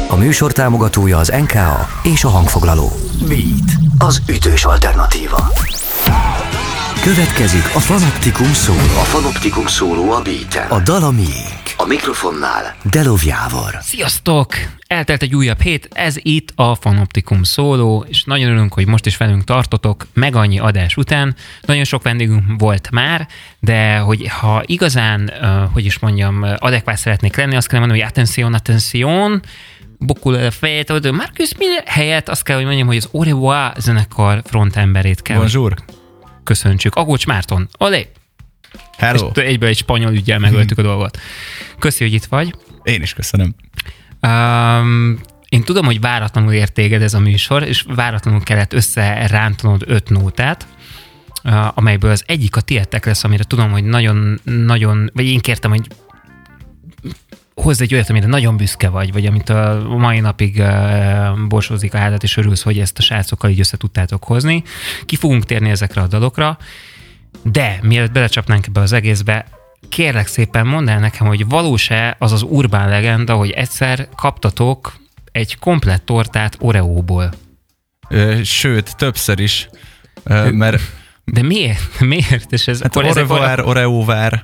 A műsor támogatója az NKA és a hangfoglaló. Beat, az ütős alternatíva. Következik a Fanoptikum szóló. A Fanoptikum szóló a Beaten. A dal a miénk. A mikrofonnál Delov Jávor. Sziasztok! Eltelt egy újabb hét, ez itt a Fanoptikum szóló, és nagyon örülünk, hogy most is velünk tartotok, meg annyi adás után. Nagyon sok vendégünk volt már, de hogy ha igazán, adekvát szeretnék lenni, azt kell mondani, hogy attention, bukul a fejet, Marcus Miller helyett azt kell, hogy mondjam, hogy az Au revoir zenekar frontemberét kell. Bonjour. Köszöntsük. Agócs Márton. Olé! Hello. És egyből egy spanyol üggyel megöltük a dolgot. Köszi, hogy itt vagy. Én is köszönöm. Én tudom, hogy váratlanul ért téged ez a műsor, és váratlanul kellett összerántanod 5 nótát, amelyből az egyik a tietek lesz, amire tudom, hogy nagyon, vagy én kértem, hogy hozz egy olyat, amire nagyon büszke vagy amit a mai napig borsózik a hátat, és örülsz, hogy ezt a srácokkal így össze tudtátok hozni. Ki fogunk térni ezekre a dalokra, de mielőtt belecsapnánk ebbe az egészbe, kérlek szépen mondd el nekem, hogy valós-e az az urbán legenda, hogy egyszer kaptatok egy komplett tortát Oreóból? Sőt, többször is, mert... De miért? És ez, hát Oreóvár.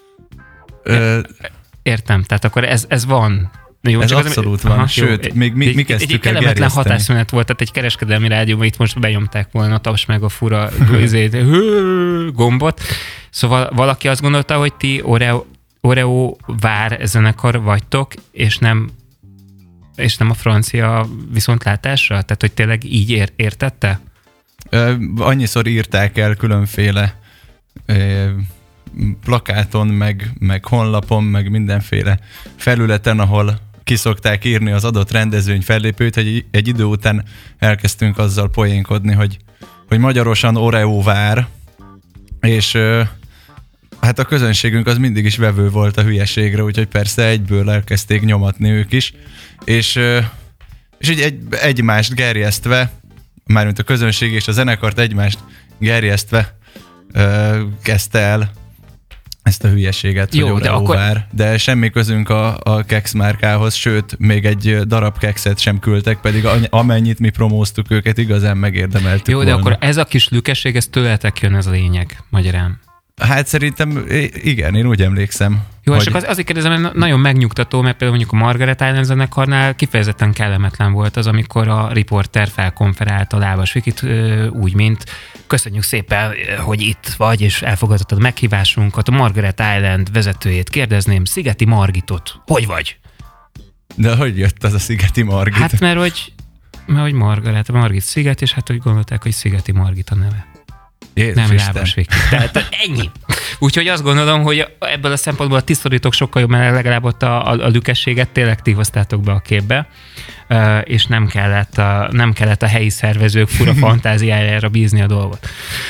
Értem, tehát akkor ez van. Jó, ez abszolút van, aha, sőt, jó, még mi kezdtük el gerjeszteni. Egy kellemetlen hatásszünet volt, tehát egy kereskedelmi rádióban itt most benyomták volna, taps meg a fura gombot. Szóval valaki azt gondolta, hogy ti Oreóvár zenekar vagytok, és nem a francia viszontlátásra? Tehát, hogy tényleg így értette? Annyiszor írták el különféle plakáton, meg honlapon, meg mindenféle felületen, ahol kiszokták írni az adott rendezvény fellépőt, hogy egy idő után elkezdtünk azzal poénkodni, hogy magyarosan Oreóvár, és hát a közönségünk az mindig is vevő volt a hülyeségre, úgyhogy persze egyből elkezdték nyomatni ők is, és így egymást gerjesztve, mármint a közönség és a zenekart egymást gerjesztve kezdte el ezt a hülyeséget, jó, hogy Oreóvár, de semmi közünk a keksz márkához, sőt, még egy darab kekszet sem küldtek, pedig amennyit mi promóztuk őket, igazán megérdemeltük jó, volna. De akkor ez a kis lükesség, ez tőletek jön, ez a lényeg, magyarán. Hát szerintem igen, én úgy emlékszem. Jó, és akkor azért kérdezem, nagyon megnyugtató, mert például mondjuk a Margaret Island zenekarnál kifejezetten kellemetlen volt az, amikor a riporter felkonferált a Lábas Vikit, úgy, mint köszönjük szépen, hogy itt vagy, és elfogadtad a meghívásunkat. A Margaret Island vezetőjét kérdezném, Szigeti Margitot. Hogy vagy? De hogy jött az a Szigeti Margit? Hát mert hogy Margit Sziget, és hát hogy gondolták, hogy Szigeti Margit a neve. Jézus nem Isten. Lábas Viki. Tehát ennyi. Úgyhogy azt gondolom, hogy ebből a szempontból a ti sztorítok sokkal jobb, mert legalább ott a lükességet tényleg ti hoztátok be a képbe, és nem kellett a helyi szervezők fura fantáziájára bízni a dolgot.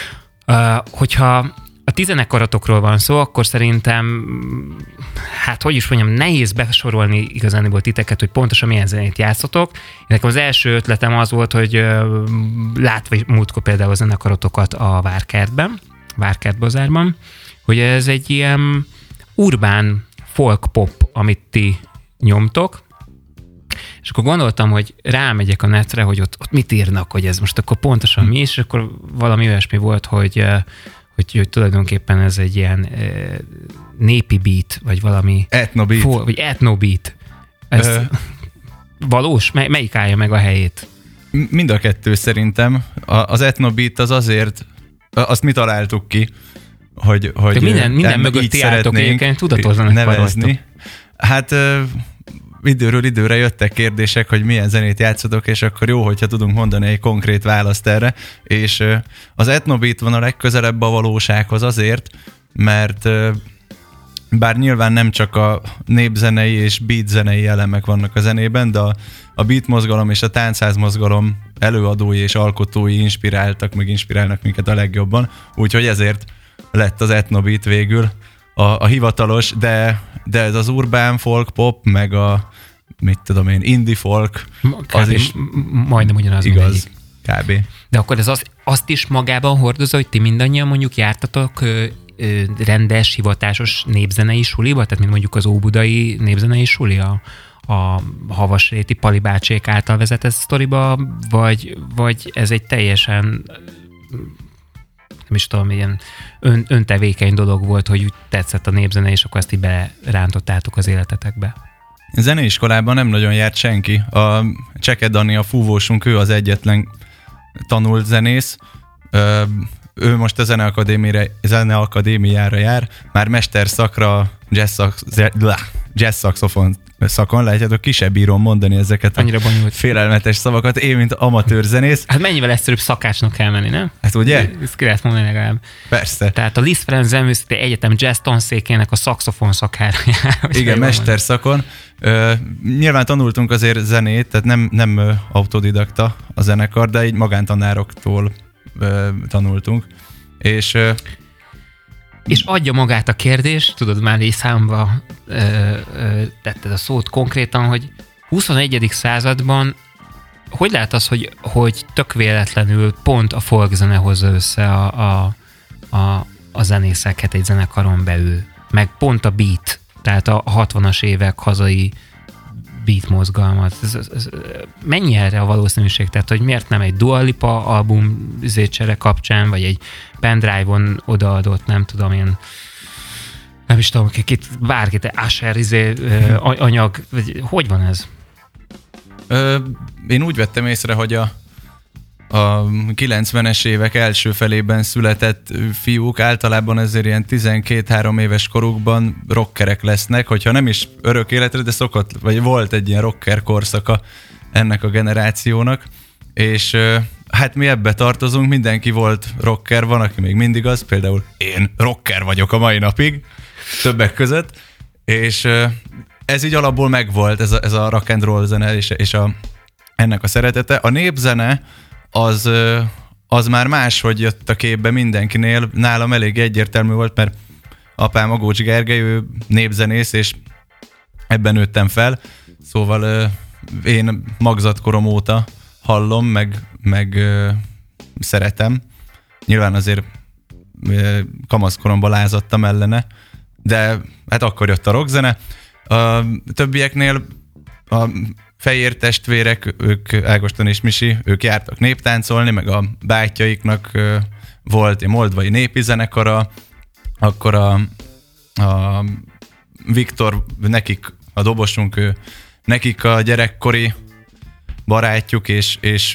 Hogyha a ti zenekarotokról van szó, akkor szerintem, hát hogy is mondjam, nehéz besorolni igazániból titeket, hogy pontosan milyen zenét játszotok. Nekem az első ötletem az volt, hogy látva múltkor például a zenekarotokat a Várkert bazárban, hogy ez egy ilyen urbán folk-pop, amit ti nyomtok, és akkor gondoltam, hogy rámegyek a netre, hogy ott mit írnak, hogy ez most akkor pontosan mi, és akkor valami olyasmi volt, hogy tulajdonképpen ez egy ilyen népi beat, vagy valami... Etnobeat. Vagy etnobeat. Ez valós? Melyik állja meg a helyét? Mind a kettő szerintem. Az etnobeat az azért, azt mi találtuk ki, hogy minden mögötti álltok egyébként tudatozzanak nevezni. Hát időről időre jöttek kérdések, hogy milyen zenét játszotok, és akkor jó, hogyha tudunk mondani egy konkrét választ erre, és az etnobeat van a legközelebb a valósághoz azért, mert bár nyilván nem csak a népzenei és beat zenei elemek vannak a zenében, de a beat mozgalom és a táncház mozgalom előadói és alkotói inspirálnak minket a legjobban, úgyhogy ezért lett az etnobeat végül a hivatalos, de ez az urbán folk pop, meg a indie folk, az is majdnem ugyanaz igaz, kb. De akkor ez azt is magában hordozza, hogy ti mindannyian mondjuk jártatok rendes, hivatásos népzenei suliba? Tehát mint mondjuk az óbudai népzenei suli, a Havasréti Pali bácsék által vezetett sztoriba, vagy ez egy teljesen, nem is tudom, ilyen öntevékeny dolog volt, hogy úgy tetszett a népzene, és akkor ezt így berántottátok az életetekbe? Zeneiskolában nem nagyon járt senki. A Cseke Dani, a fúvósunk, ő az egyetlen tanult zenész. Ő most a zeneakadémiára jár, már mesterszakra jazz szaxofon szakon, látjátok, ki se bírom mondani ezeket annyira bonyolult félelmetes szavakat, én, mint amatőr zenész. Hát mennyivel egyszerűbb szakácsnak kell menni, nem? Hát ugye? Ezt ki lehet mondani legalább. Persze. Tehát a Liszt Ferenc Zeneművészeti Egyetem jazz tanszékének a szaxofon szakára jár. Igen, mesterszakon. Nyilván tanultunk azért zenét, tehát nem autodidakta a zenekar, de így magántanároktól tanultunk. És adja magát a kérdés, tudod, már így számba tetted a szót konkrétan, hogy 21. században hogy lehet az, hogy tök véletlenül pont a folkzene hozza össze a zenészeket egy zenekaron belül, meg pont a beat, tehát a 60-as évek hazai beat mozgalmat. Ez mennyi erre a valószínűség? Tehát, hogy miért nem egy Dua Lipa album zécsere kapcsán, vagy egy pendrive-on odaadott, nem tudom, ilyen nem is tudom, bárkit, Usher anyag, vagy hogy van ez? Én úgy vettem észre, hogy a 90-es évek első felében született fiúk általában ezért ilyen 12-3 éves korukban rockerek lesznek, hogyha nem is örök életre, de szokott, vagy volt egy ilyen rocker korszaka ennek a generációnak, és hát mi ebbe tartozunk, mindenki volt rocker, van, aki még mindig az, például én rocker vagyok a mai napig, többek között, és ez így alapból megvolt, ez a rock and roll zene és ennek a szeretete. A népzene az már máshogy jött a képbe mindenkinél. Nálam elég egyértelmű volt, mert apám Agócs Gergely, ő népzenész, és ebben nőttem fel. Szóval én magzatkorom óta hallom, meg szeretem. Nyilván azért kamaszkoromban lázadtam ellene, de hát akkor jött a rockzene. A többieknél a Fejér testvérek, ők Ágoston és Misi, ők jártak néptáncolni, meg a bátyjaiknak volt egy moldvai népi zenekara, akkor a Viktor, nekik a dobosunk, nekik a gyerekkori barátjuk, és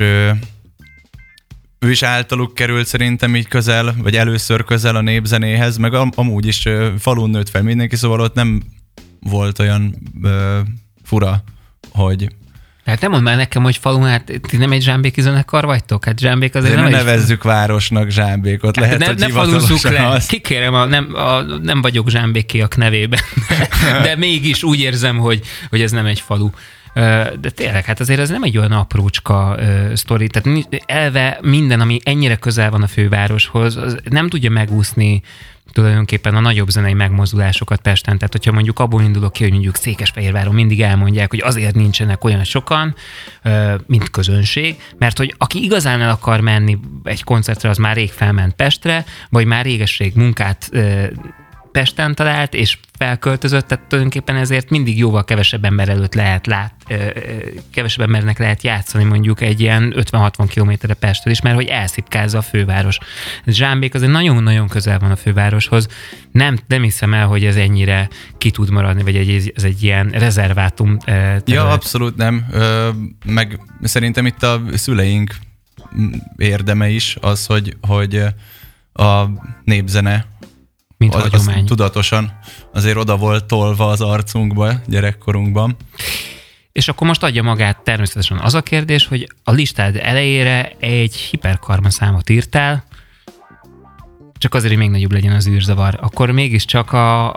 ő is általuk került szerintem így közel, vagy először közel a népzenéhez, meg amúgy is falun nőtt fel mindenki, szóval ott nem volt olyan fura, hogy... Hát nem mondd már nekem, hogy falu, hát ti nem egy zsámbéki zenekar vagytok? Hát Zsámbék azért nem nevezzük városnak Zsámbékot, lehet, hogy ne faluzzuk le. Kikérem, nem vagyok zsámbékiak nevében, de mégis úgy érzem, hogy ez nem egy falu. De tényleg, hát azért ez nem egy olyan aprócska sztori, tehát elve minden, ami ennyire közel van a fővároshoz, az nem tudja megúszni tulajdonképpen a nagyobb zenei megmozdulásokat Pesten. Tehát, hogyha mondjuk abból indulok ki, hogy mondjuk Székesfehérváron mindig elmondják, hogy azért nincsenek olyan sokan, mint közönség, mert hogy aki igazán el akar menni egy koncertre, az már rég felment Pestre, vagy már réges-rég munkát Pesten talált, és felköltözött, tehát tulajdonképpen ezért mindig jóval kevesebb ember előtt kevesebb embernek lehet játszani mondjuk egy ilyen 50-60 kilométerre Pesttől is, mert hogy elszipkázza a főváros. Zsámbék azért nagyon-nagyon közel van a fővároshoz. Nem hiszem el, hogy ez ennyire ki tud maradni, vagy ez egy ilyen rezervátum terület. Ja, abszolút nem. Meg szerintem itt a szüleink érdeme is az, hogy a népzene mint hagyomány. Tudatosan azért oda volt tolva az arcunkba gyerekkorunkban. És akkor most adja magát természetesen az a kérdés, hogy a listád elejére egy hiperkarma számot írtál, csak azért, hogy még nagyobb legyen az űrzavar. Akkor mégiscsak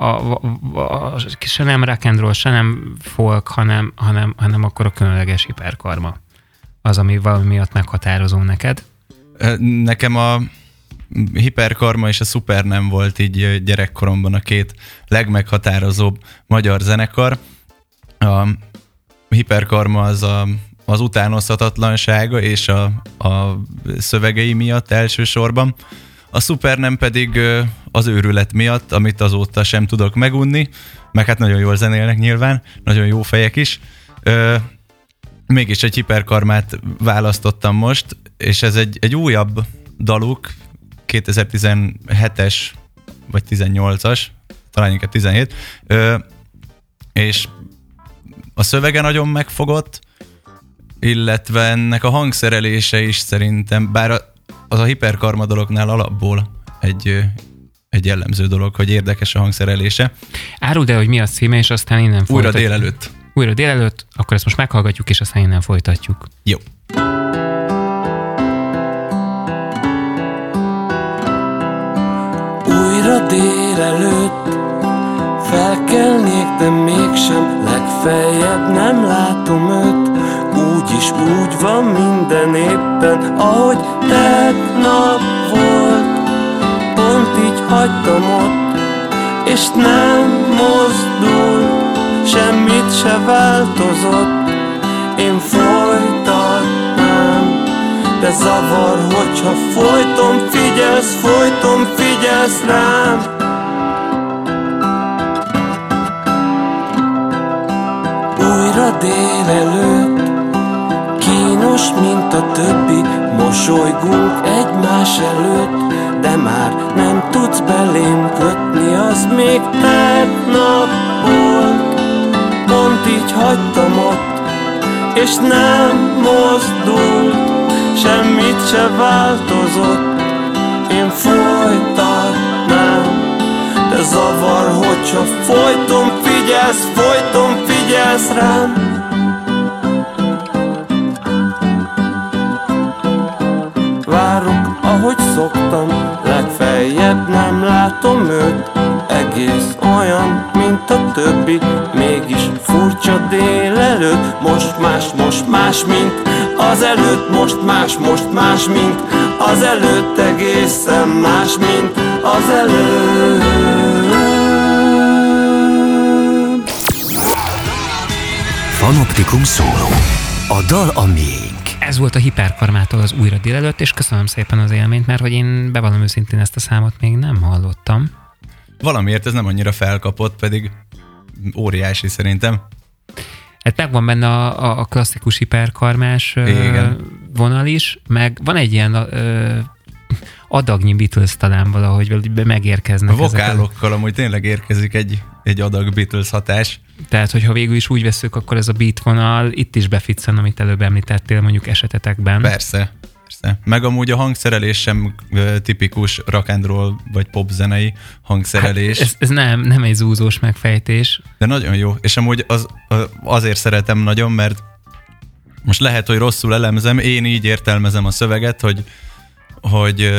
se nem rock and roll, se nem folk, hanem akkor a különleges hiperkarma. Az, ami valami miatt meghatározó neked. Nekem a hiperkarma és a szuper nem volt így gyerekkoromban a két legmeghatározóbb magyar zenekar. A hiperkarma az utánozhatatlansága és a szövegei miatt elsősorban. A szuper nem pedig az őrület miatt, amit azóta sem tudok megunni, meg hát nagyon jól zenélnek nyilván, nagyon jó fejek is. Mégis egy hiperkarmát választottam most, és ez egy újabb daluk, 2017-es, vagy 18-as, talán inkább 17, és a szövege nagyon megfogott, illetve ennek a hangszerelése is szerintem, bár az a hiperkarma dolognál alapból egy jellemző dolog, hogy érdekes a hangszerelése. Áruld el, hogy mi a címe, és aztán innen folytatjuk. Újra délelőtt, akkor ezt most meghallgatjuk, és aztán innen folytatjuk. Jó. Újra délelőtt felkelnék, de mégsem, legfeljebb nem látom őt. Úgyis úgy van minden éppen, ahogy tegnap volt. Pont így hagytam ott, és nem mozdult, semmit se változott. Én folytatnám, de zavar, hogyha folyton figyelsz rám. Újra délelőtt, kínos, mint a többi, mosolygunk egymás előtt, de már nem tudsz belém kötni, az még tegnap volt. Pont így hagytam ott, és nem mozdult, semmit se változott. Én folytatnám, de zavar, hogyha folyton figyelsz rám. Várok, ahogy szoktam, legfeljebb nem látom őt. Egész olyan, mint a többi, mégis furcsa délelőtt. Most más, mint az előtt. Most más, mint az előtt. Egészen más, mint az előtt. Panoptikum Szóló. A dal a miénk. Ez volt a Hiperkarmától az Újra délelőtt, és köszönöm szépen az élményt, mert hogy én bevallom őszintén ezt a számot még nem hallottam. Valamiért ez nem annyira felkapott, pedig óriási szerintem. Hát megvan benne a klasszikus hiperkarmás vonal is, meg van egy ilyen adagnyi Beatles talán valahogy megérkeznek. A vokálokkal amúgy tényleg érkezik egy adag Beatles hatás. Tehát, hogyha végül is úgy veszük, akkor ez a beat vonal itt is beficcan, amit előbb említettél mondjuk esetetekben. Persze. Meg amúgy a hangszerelés sem tipikus rock and roll vagy popzenei hangszerelés. Hát ez nem egy zúzós megfejtés. De nagyon jó, és amúgy azért szeretem nagyon, mert most lehet, hogy rosszul elemzem, én így értelmezem a szöveget, hogy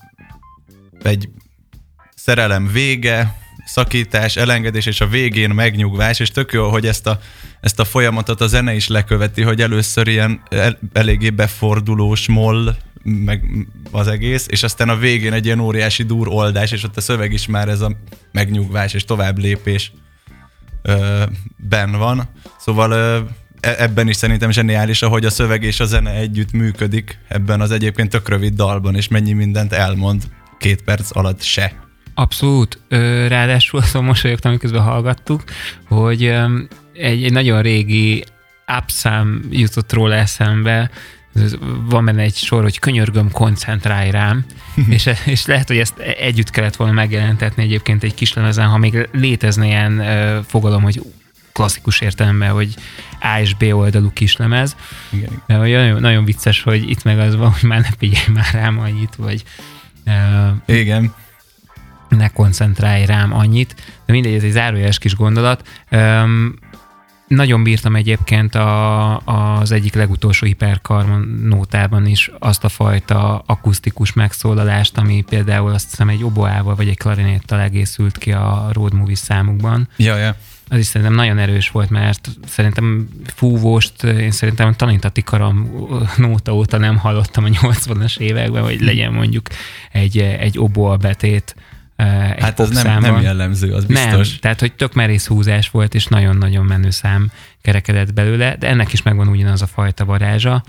egy szerelem vége, szakítás, elengedés, és a végén megnyugvás, és tök jó, hogy ezt a folyamatot a zene is leköveti, hogy először ilyen eléggé befordulós moll, meg az egész, és aztán a végén egy ilyen óriási dur oldás, és ott a szöveg is már ez a megnyugvás és tovább lépés benn van. Szóval ebben is szerintem zseniális, ahogy a szöveg és a zene együtt működik ebben az egyébként tök rövid dalban, és mennyi mindent elmond 2 perc alatt se. Abszolút. Ráadásul azon mosolyogtam, miközben hallgattuk, hogy egy nagyon régi upszám jutott róla eszembe. Van benne egy sor, hogy könyörgöm, koncentrálj rám, és lehet, hogy ezt együtt kellett volna megjelentetni egyébként egy kislemezen, ha még létezne ilyen fogalom, hogy klasszikus értelemben, hogy A és B oldalú kislemez. Igen. Nagyon, nagyon vicces, hogy itt meg az van, hogy már ne figyelj már rám annyit, vagy igen. Ne koncentrálj rám annyit, de mindegy, ez egy zárójeles kis gondolat. Nagyon bírtam egyébként az egyik legutolsó hiperkarma nótában is azt a fajta akusztikus megszólalást, ami például azt hiszem egy oboával vagy egy klarinéttal egészült ki a Road Movie számukban. Ja. Az is szerintem nagyon erős volt, mert szerintem fúvóst, én szerintem a Tanítati Karam nóta óta nem hallottam a 80-as években, hogy legyen mondjuk egy oboabetét. Hát az nem jellemző, az biztos. Nem, tehát hogy tök merész húzás volt, és nagyon-nagyon menő szám kerekedett belőle, de ennek is megvan ugyanaz a fajta varázsa.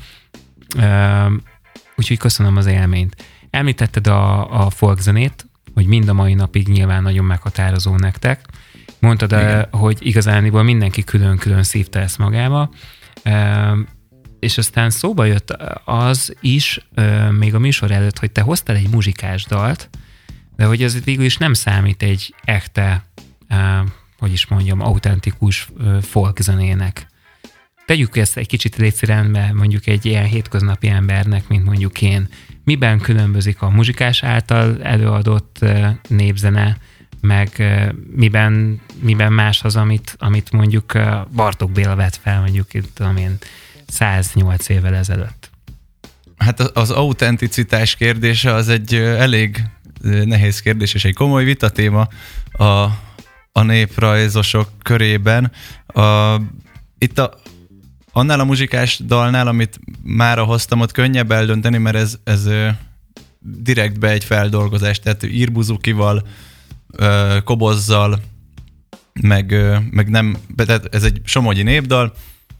Úgyhogy köszönöm az élményt. Említetted a folkzenét, hogy mind a mai napig nyilván nagyon meghatározó nektek, mondtad, hogy igazániból mindenki külön-külön szívta ezt magába, és aztán szóba jött az is, még a műsor előtt, hogy te hoztál egy muzsikás dalt, de hogy ez végül is nem számít egy echte, hogy is mondjam, autentikus folk zenének. Tegyük ezt egy kicsit létszirendbe, mondjuk egy ilyen hétköznapi embernek, mint mondjuk én. Miben különbözik a muzsikás által előadott népzene, meg miben más az, amit mondjuk Bartók Béla vett fel, mondjuk, tudom én, 108 évvel ezelőtt? Hát az autenticitás kérdése az egy elég nehéz kérdés, és egy komoly vitatéma a néprajzosok körében. Itt annál a muzsikás dalnál, amit mára hoztam, ott könnyebb eldönteni, mert ez direktbe egy feldolgozás, tehát írbuzukival, kobozzal, meg nem, tehát ez egy somogyi népdal,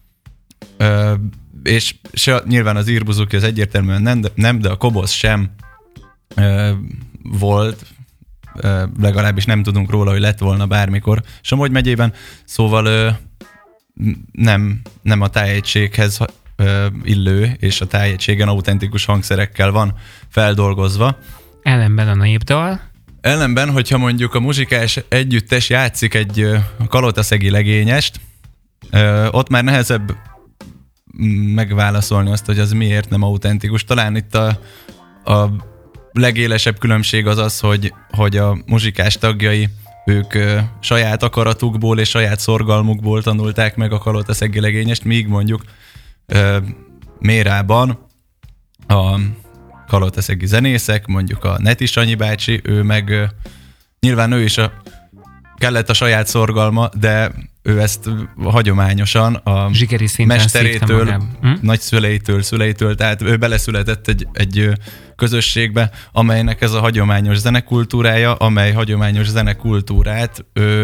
és nyilván az írbuzuki az egyértelműen nem, de a koboz sem volt, legalábbis nem tudunk róla, hogy lett volna bármikor Somogy megyében, szóval nem a tájegységhez illő, és a tájegységen autentikus hangszerekkel van feldolgozva. Ellenben a népdal? Ellenben, hogyha mondjuk a muzsikás együttes játszik egy kalotaszegi legényest, ott már nehezebb megválaszolni azt, hogy az miért nem autentikus. Talán itt a legélesebb különbség az, hogy a muzsikás tagjai, ők saját akaratukból és saját szorgalmukból tanulták meg a kalotaszegi legényest, míg mondjuk Mérában a kalotaszegi zenészek, mondjuk a Neti Sanyi bácsi, ő meg nyilván ő is kellett a saját szorgalma, de ő ezt hagyományosan a mesterétől, nagyszüleitől, tehát ő beleszületett egy közösségbe, amelynek ez a hagyományos zenekultúrája, amely hagyományos zenekultúrát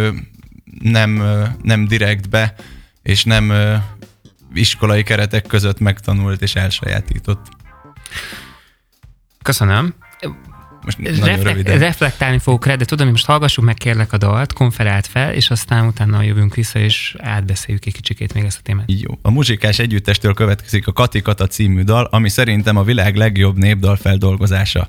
nem direktbe, és nem iskolai keretek között megtanult és elsajátított. Köszönöm. Most nagyon röviden. Reflektálni fogok rá, de tudom, hogy most hallgassuk meg kérlek a dalt, konferált fel, és aztán utána jövünk vissza, és átbeszéljük egy kicsikét még ezt a témát. Jó. A muzsikás együttestől következik a Kati Kata című dal, ami szerintem a világ legjobb népdal feldolgozása.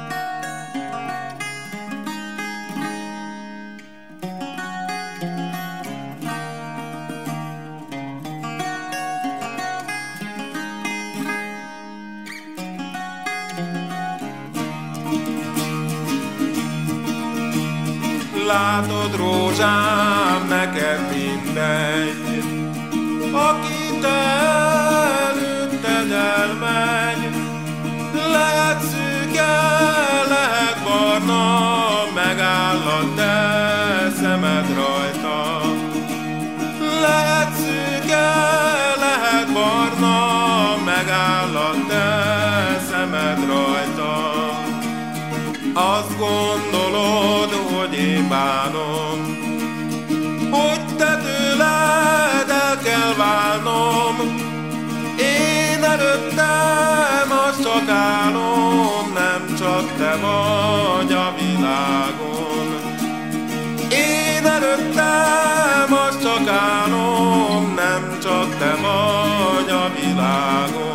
Látod, rózsám, neked mindegy, akit előtted elmegy. Lehet szűke, lehet barna, megáll a te szemed rajta. Lehet szűke, lehet barna, megáll a te szemed rajta. Azt gondolod, hogy én bánom, hogy te tőled el kell válnom. Én előttem, az csak álom, nem csak te vagy a világon. Én előttem, az csak álom, nem csak te vagy a világon.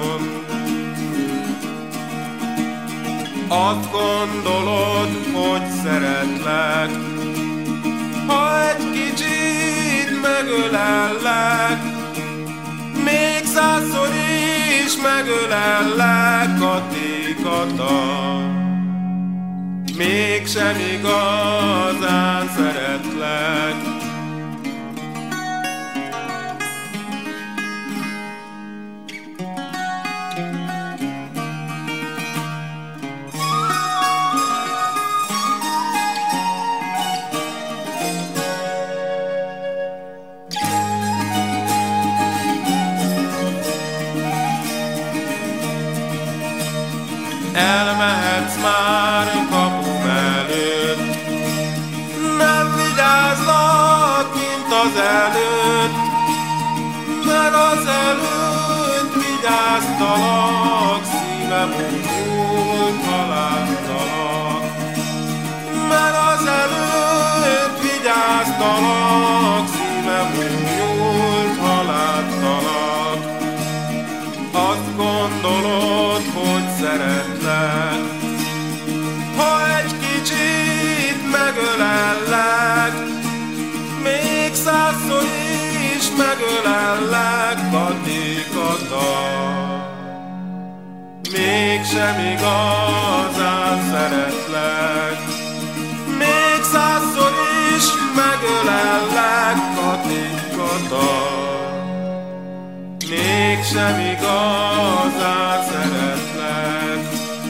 Azt gondolod, hogy szeretlek, ha egy kicsit megölellek, még 100-szor is megölellek, Kati Kata. Mégsem igazán szeretlek. Elmehetsz már kapum előtt, nem vigyázlak, mint az előtt, mert az előtt vigyáztalak, szívem úgy haláltalak. Mert az előtt vigyáztalak, mégsem igazán szeretlek. Még 100-szor is megölellek, Katinka, mégsem igazán szeretlek.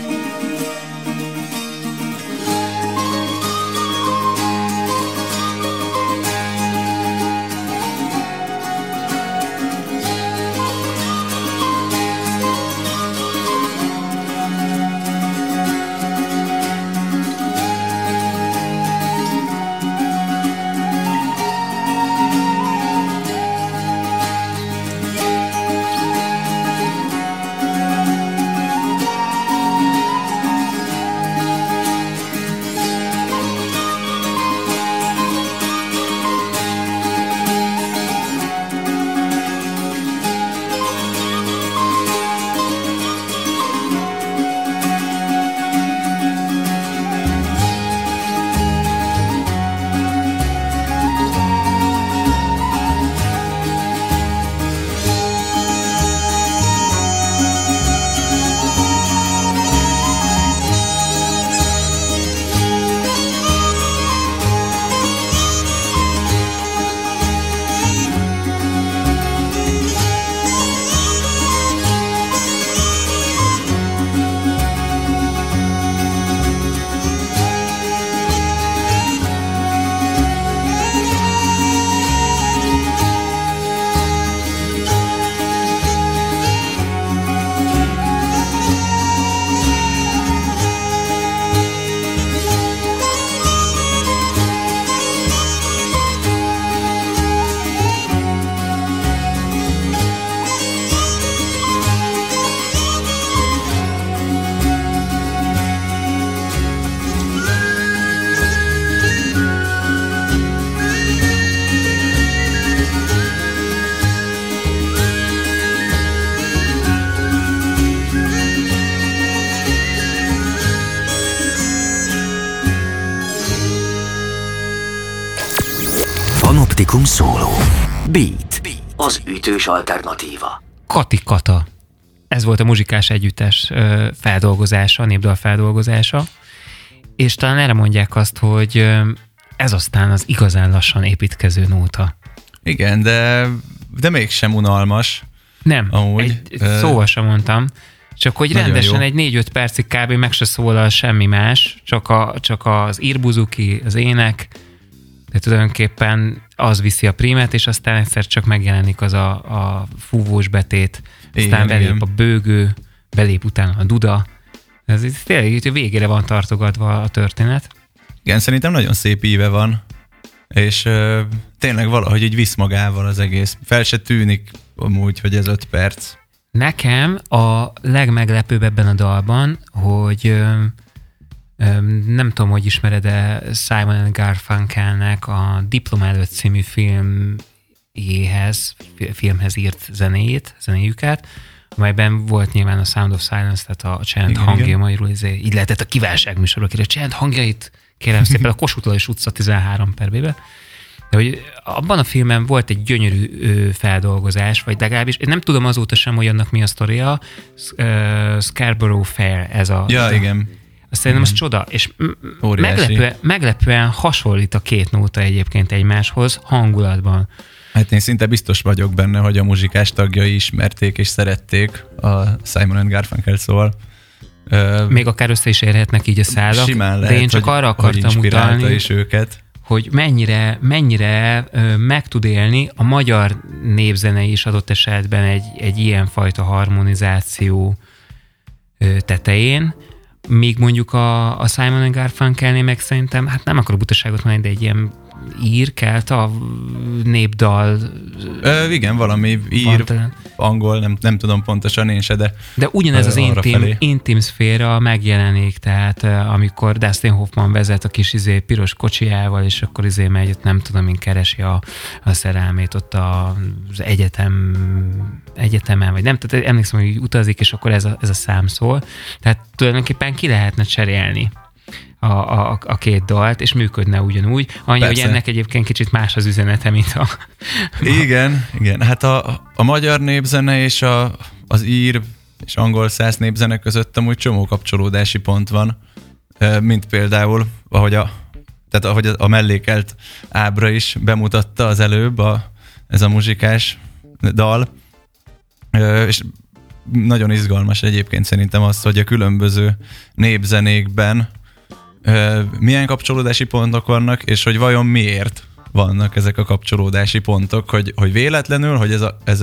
Panoptikum szóló. Beat. Az ütős alternatíva. Kati-Kata. Ez volt a muzsikás együttes feldolgozása, népdal feldolgozása. És talán erre mondják azt, hogy ez aztán az igazán lassan építkező nóta. Igen, de mégsem unalmas. Nem, amúgy, szóval sem mondtam. Csak hogy rendesen jó. Egy 4-5 percig kb. Meg se szólal semmi más, csak az írbuzuki, az ének, de tulajdonképpen az viszi a prímet, és aztán egyszer csak megjelenik az a fúvós betét, aztán igen, belép igen. A bőgő, belép utána a duda. Ez tényleg végére van tartogatva a történet. Igen, szerintem nagyon szép íve van, és tényleg valahogy így visz magával az egész. Fel se tűnik amúgy, hogy ez 5 perc. Nekem a legmeglepőbb ebben a dalban, hogy nem tudom, hogy ismered-e Simon & Garfunkelnek a Diploma előtt című filmhez írt zenéjüket, amelyben volt nyilván a Sound of Silence, tehát a csend hangja, magyarul így lehetett a kívánságműsorok, a csend hangjait, kérem szépen, a Kossuth Lajos utca 13/B-be. De hogy abban a filmben volt egy gyönyörű feldolgozás, vagy legalábbis, én nem tudom azóta sem, hogy annak mi a sztoria, Scarborough Fair, ez a... Ja, igen. Azt szerintem az csoda, és meglepően hasonlít a két nóta egyébként egymáshoz hangulatban. Hát én szinte biztos vagyok benne, hogy a muzsikás tagjai ismerték és szerették a Simon & Garfunkel, szóval... Még akár össze is érhetnek így a szálak, simán lehet, de én csak arra akartam utalni, is őket. Hogy mennyire meg tud élni a magyar népzene is adott esetben egy ilyenfajta harmonizáció tetején, míg mondjuk a Simon & Garfunkelnél meg szerintem, hát nem akarok butaságot mondani, de egy ilyen kelta népdal. Igen, valami angol, nem tudom pontosan én se, de ugyanez az intim szféra megjelenik, tehát amikor Dustin Hoffman vezet a kis piros kocsijával, és akkor megy, nem tudom én, keresi a szerelmét ott az egyetemen, vagy nem, tehát emlékszem, hogy utazik, és akkor ez a szám szól. Tehát tulajdonképpen ki lehetne cserélni a két dalt, és működne ugyanúgy. Annyi, hogy ennek egyébként kicsit más az üzenete, mint Igen. Hát a magyar népzene és az ír és angol száz népzene között amúgy csomó kapcsolódási pont van, mint például, ahogy a mellékelt ábra is bemutatta az előbb, ez a muzsikás dal, és nagyon izgalmas egyébként szerintem az, hogy a különböző népzenékben milyen kapcsolódási pontok vannak, és hogy vajon miért vannak ezek a kapcsolódási pontok, hogy véletlenül, hogy ez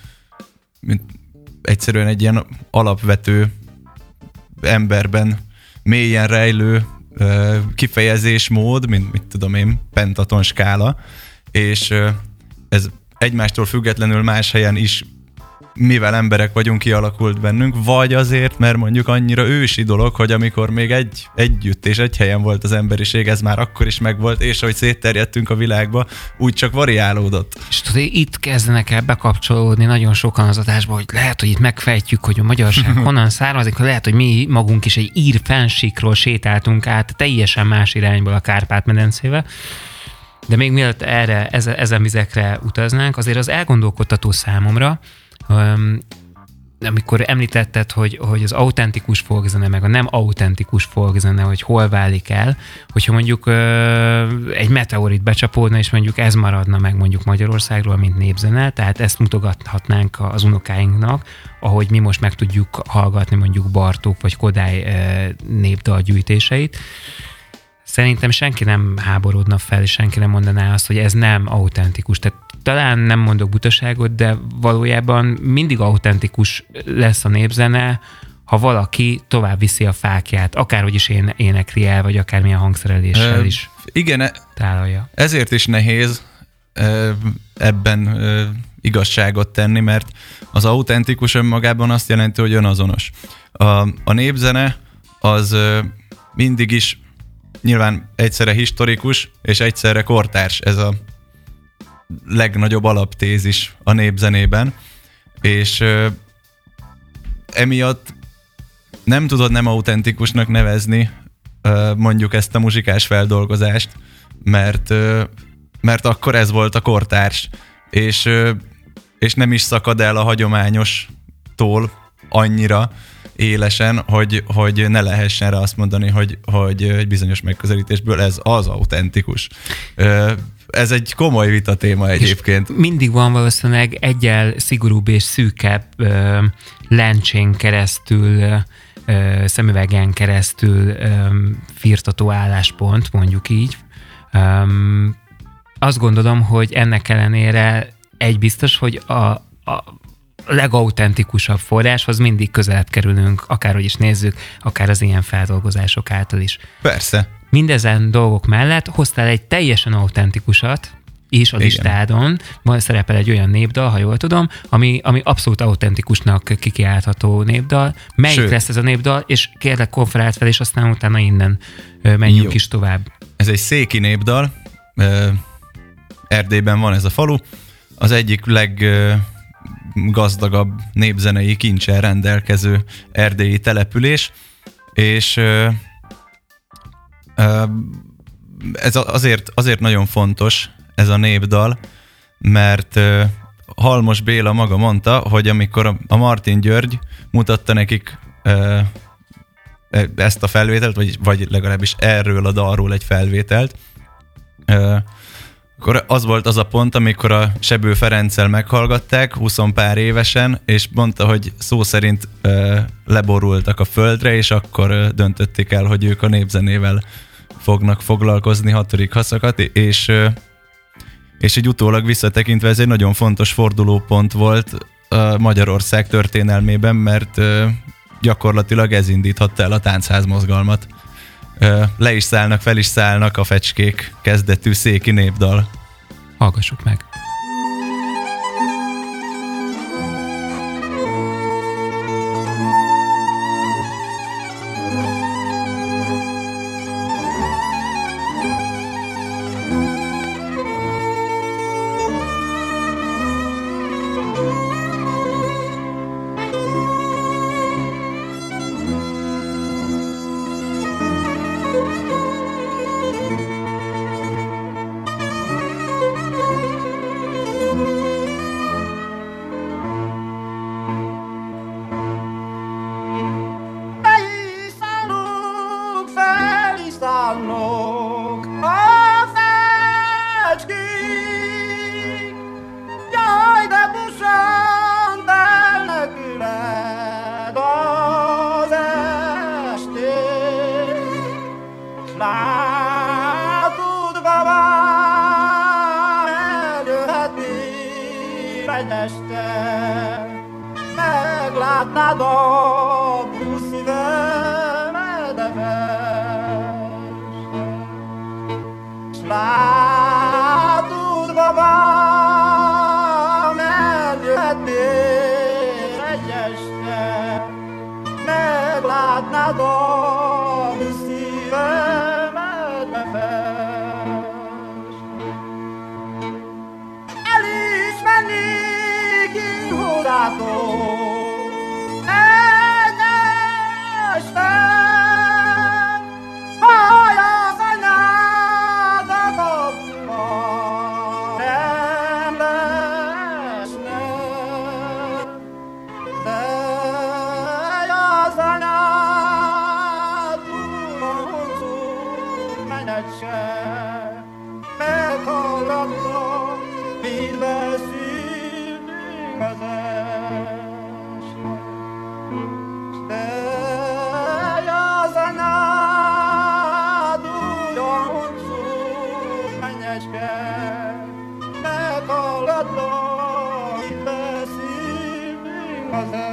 egyszerűen egy ilyen alapvető emberben mélyen rejlő kifejezésmód, mint mit tudom én, pentaton skála, és ez egymástól függetlenül más helyen is, mivel emberek vagyunk, kialakult bennünk, vagy azért, mert mondjuk annyira ősi dolog, hogy amikor még együtt és egy helyen volt az emberiség, ez már akkor is megvolt, és ahogy szétterjedtünk a világba, úgy csak variálódott. És tudod, itt kezdenek el bekapcsolódni nagyon sokan az adásba, hogy lehet, hogy itt megfejtjük, hogy a magyarság honnan származik, lehet, hogy mi magunk is egy ír fennsíkról sétáltunk át teljesen más irányból a Kárpát-medencébe. De még mielőtt ezen vizekre utaznánk, azért az elgondolkodtató számomra, amikor említetted, hogy az autentikus folkzene, meg a nem autentikus folkzene, hogy hol válik el, hogyha mondjuk egy meteorit becsapódna, és mondjuk ez maradna meg mondjuk Magyarországról, mint népzene, tehát ezt mutogathatnánk az unokáinknak, ahogy mi most meg tudjuk hallgatni mondjuk Bartók vagy Kodály népdalgyűjtéseit. Szerintem senki nem háborodna fel, és senki nem mondaná azt, hogy ez nem autentikus. Tehát talán nem mondok butaságot, de valójában mindig autentikus lesz a népzene, ha valaki tovább viszi a fákját, akárhogy is énekli el, vagy akármilyen hangszereléssel is igen, tálalja. Ezért is nehéz ebben igazságot tenni, mert az autentikus önmagában azt jelenti, hogy önazonos. A népzene az mindig is nyilván egyszerre historikus, és egyszerre kortárs. Ez a legnagyobb alaptézis a népzenében, és emiatt nem tudod nem autentikusnak nevezni mondjuk ezt a muzsikás feldolgozást, mert akkor ez volt a kortárs, és nem is szakad el a hagyományostól annyira élesen, hogy ne lehessen rá azt mondani, hogy egy bizonyos megközelítésből ez az autentikus. Ez egy komoly vita téma egyébként. És mindig van valószínűleg egyel szigorúbb és szűkebb lencsén keresztül, szemüvegen keresztül firtató álláspont, mondjuk így. Azt gondolom, hogy ennek ellenére egy biztos, hogy a legautentikusabb forráshoz mindig közelebb kerülünk, akárhogy is nézzük, akár az ilyen feldolgozások által is. Persze. Mindezen dolgok mellett hoztál egy teljesen autentikusat is a listádon. Van szerepel egy olyan népdal, ha jól tudom, ami abszolút autentikusnak kikiáltható népdal. Melyik lesz ez a népdal, és kérlek konferált fel, és aztán utána innen menjünk is tovább. Ez egy széki népdal. Erdélyben van ez a falu. Az egyik leggazdagabb népzenei kincsel rendelkező erdélyi település, és ez azért nagyon fontos ez a népdal, mert Halmos Béla maga mondta, hogy amikor a Martin György mutatta nekik ezt a felvételt, vagy legalábbis erről a dalról egy felvételt, akkor az volt az a pont, amikor a Sebő Ferenccel meghallgatták 20 pár évesen, és mondta, hogy szó szerint leborultak a földre, és akkor döntötték el, hogy ők a népzenével fognak foglalkozni 6. haszakat, és így utólag visszatekintve ez egy nagyon fontos fordulópont volt Magyarország történelmében, mert gyakorlatilag ez indíthatta el a táncház mozgalmat. Le is szállnak, fel is szállnak a fecskék kezdetű széki népdal. Hallgassuk meg! meglátnád a szívemet a feste, s látod, babám, eljöhetnél egy este, meglátnád a szívemet a feste. El is mennék én hozzátok egy este, haj az anyád a kapuban nem lesne, de az anyád hosszú menetse meghallatlan, mind beszélünk az este. De az anyád ugyan hosszú menyecske, meghallatlan, mind beszélünk az este.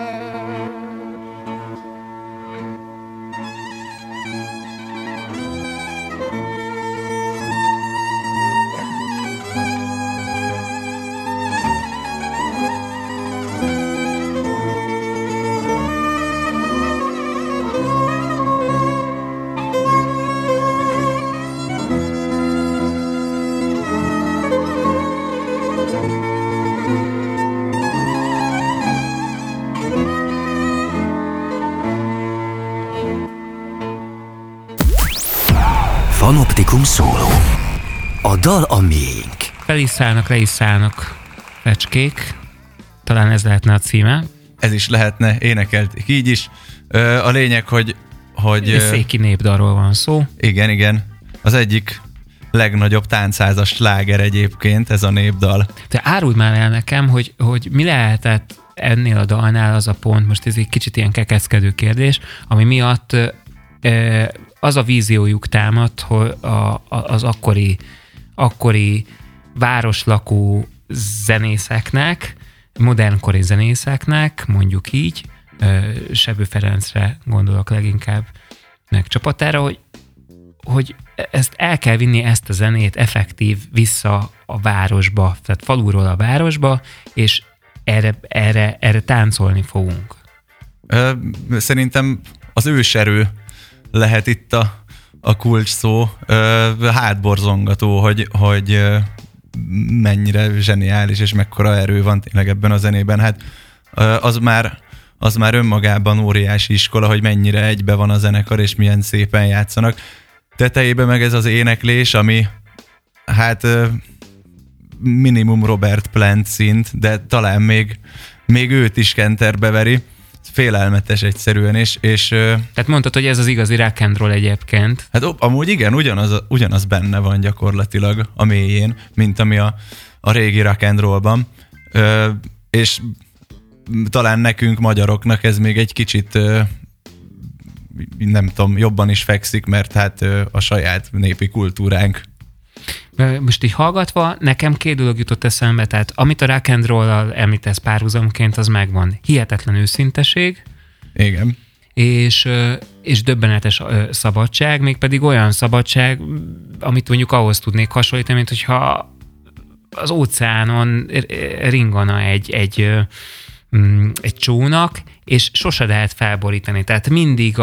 Panoptikum szóló. A dal a miénk. Fel is szállnak, le is szállnak fecskék. Talán ez lehetne a címe. Ez is lehetne, énekelték így is. A lényeg, hogy Széki népdalról van szó. Igen. Az egyik legnagyobb táncházas sláger egyébként ez a népdal. Te árulj már el nekem, hogy mi lehetett ennél a dalnál az a pont, most ez egy kicsit ilyen kekeckedő kérdés, ami miatt az a víziójuk támadt, hogy az akkori városlakó zenészeknek, modernkori zenészeknek, mondjuk így, Sebő Ferencre gondolok leginkább, meg csapatára, hogy ezt el kell vinni, ezt a zenét effektív vissza a városba, tehát faluról a városba, és erre táncolni fogunk. Szerintem az őserő lehet itt a kulcs szó, hátborzongató, hogy mennyire zseniális, és mekkora erő van tényleg ebben a zenében. Hát az már önmagában óriási iskola, hogy mennyire egybe van a zenekar, és milyen szépen játszanak. Tetejében meg ez az éneklés, ami hát minimum Robert Plant szint, de talán még őt is kenterbe veri. Félelmetes egyszerűen, és tehát mondtad, hogy ez az igazi rock and roll egyébként. Hát amúgy igen, ugyanaz benne van gyakorlatilag a mélyén, mint ami a régi rock and rollban. És talán nekünk magyaroknak ez még egy kicsit nem tudom, jobban is fekszik, mert hát a saját népi kultúránk. Most így hallgatva, nekem két dolog jutott eszembe, tehát amit a rock and roll-al említesz párhuzamként, az megvan. Hihetetlen őszinteség. Igen. És döbbenetes szabadság, mégpedig olyan szabadság, amit mondjuk ahhoz tudnék hasonlítani, mint hogyha az óceánon ringana egy csónak, és sose lehet felborítani. Tehát mindig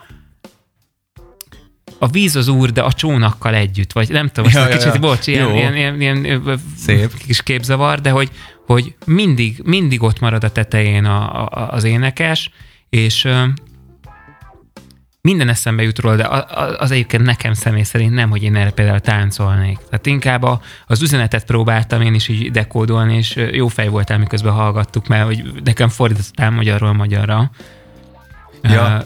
a víz az úr, de a csónakkal együtt, vagy nem tudom, most kicsit, bocs, ilyen szép kis képzavar, de hogy mindig ott marad a tetején az énekes, és minden eszembe jut róla, de az egyébként nekem személy szerint nem, hogy én erre például táncolnék. Tehát inkább az üzenetet próbáltam én is így dekódolni, és jó fej voltál, miközben hallgattuk, mert hogy nekem fordítottál magyarról magyarra. Ja.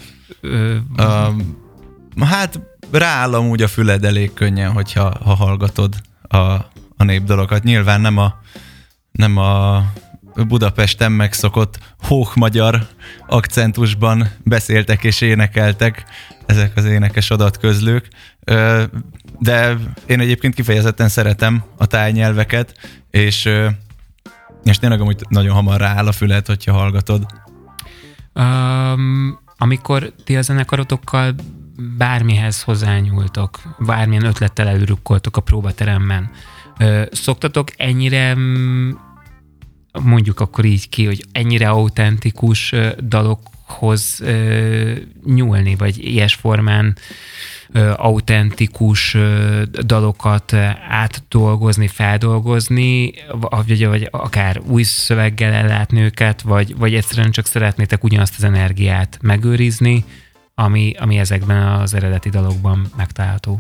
Hát rááll amúgy a füled elég könnyen, hogyha hallgatod a népdalokat. Nyilván nem a Budapesten megszokott hók-magyar akcentusban beszéltek és énekeltek ezek az énekes adatközlők, de én egyébként kifejezetten szeretem a tájnyelveket, és tényleg amúgy nagyon hamar rááll a füled, hogyha hallgatod. Amikor ti a zenekarotokkal bármihez hozzányúltok, bármilyen ötlettel előrukkoltok a próbateremben, szoktatok ennyire, mondjuk akkor így ki, hogy ennyire autentikus dalokhoz nyúlni, vagy ilyes formán autentikus dalokat átdolgozni, feldolgozni, vagy akár új szöveggel ellátni őket, vagy egyszerűen csak szeretnétek ugyanazt az energiát megőrizni, ami ezekben az eredeti dalokban megtalálható?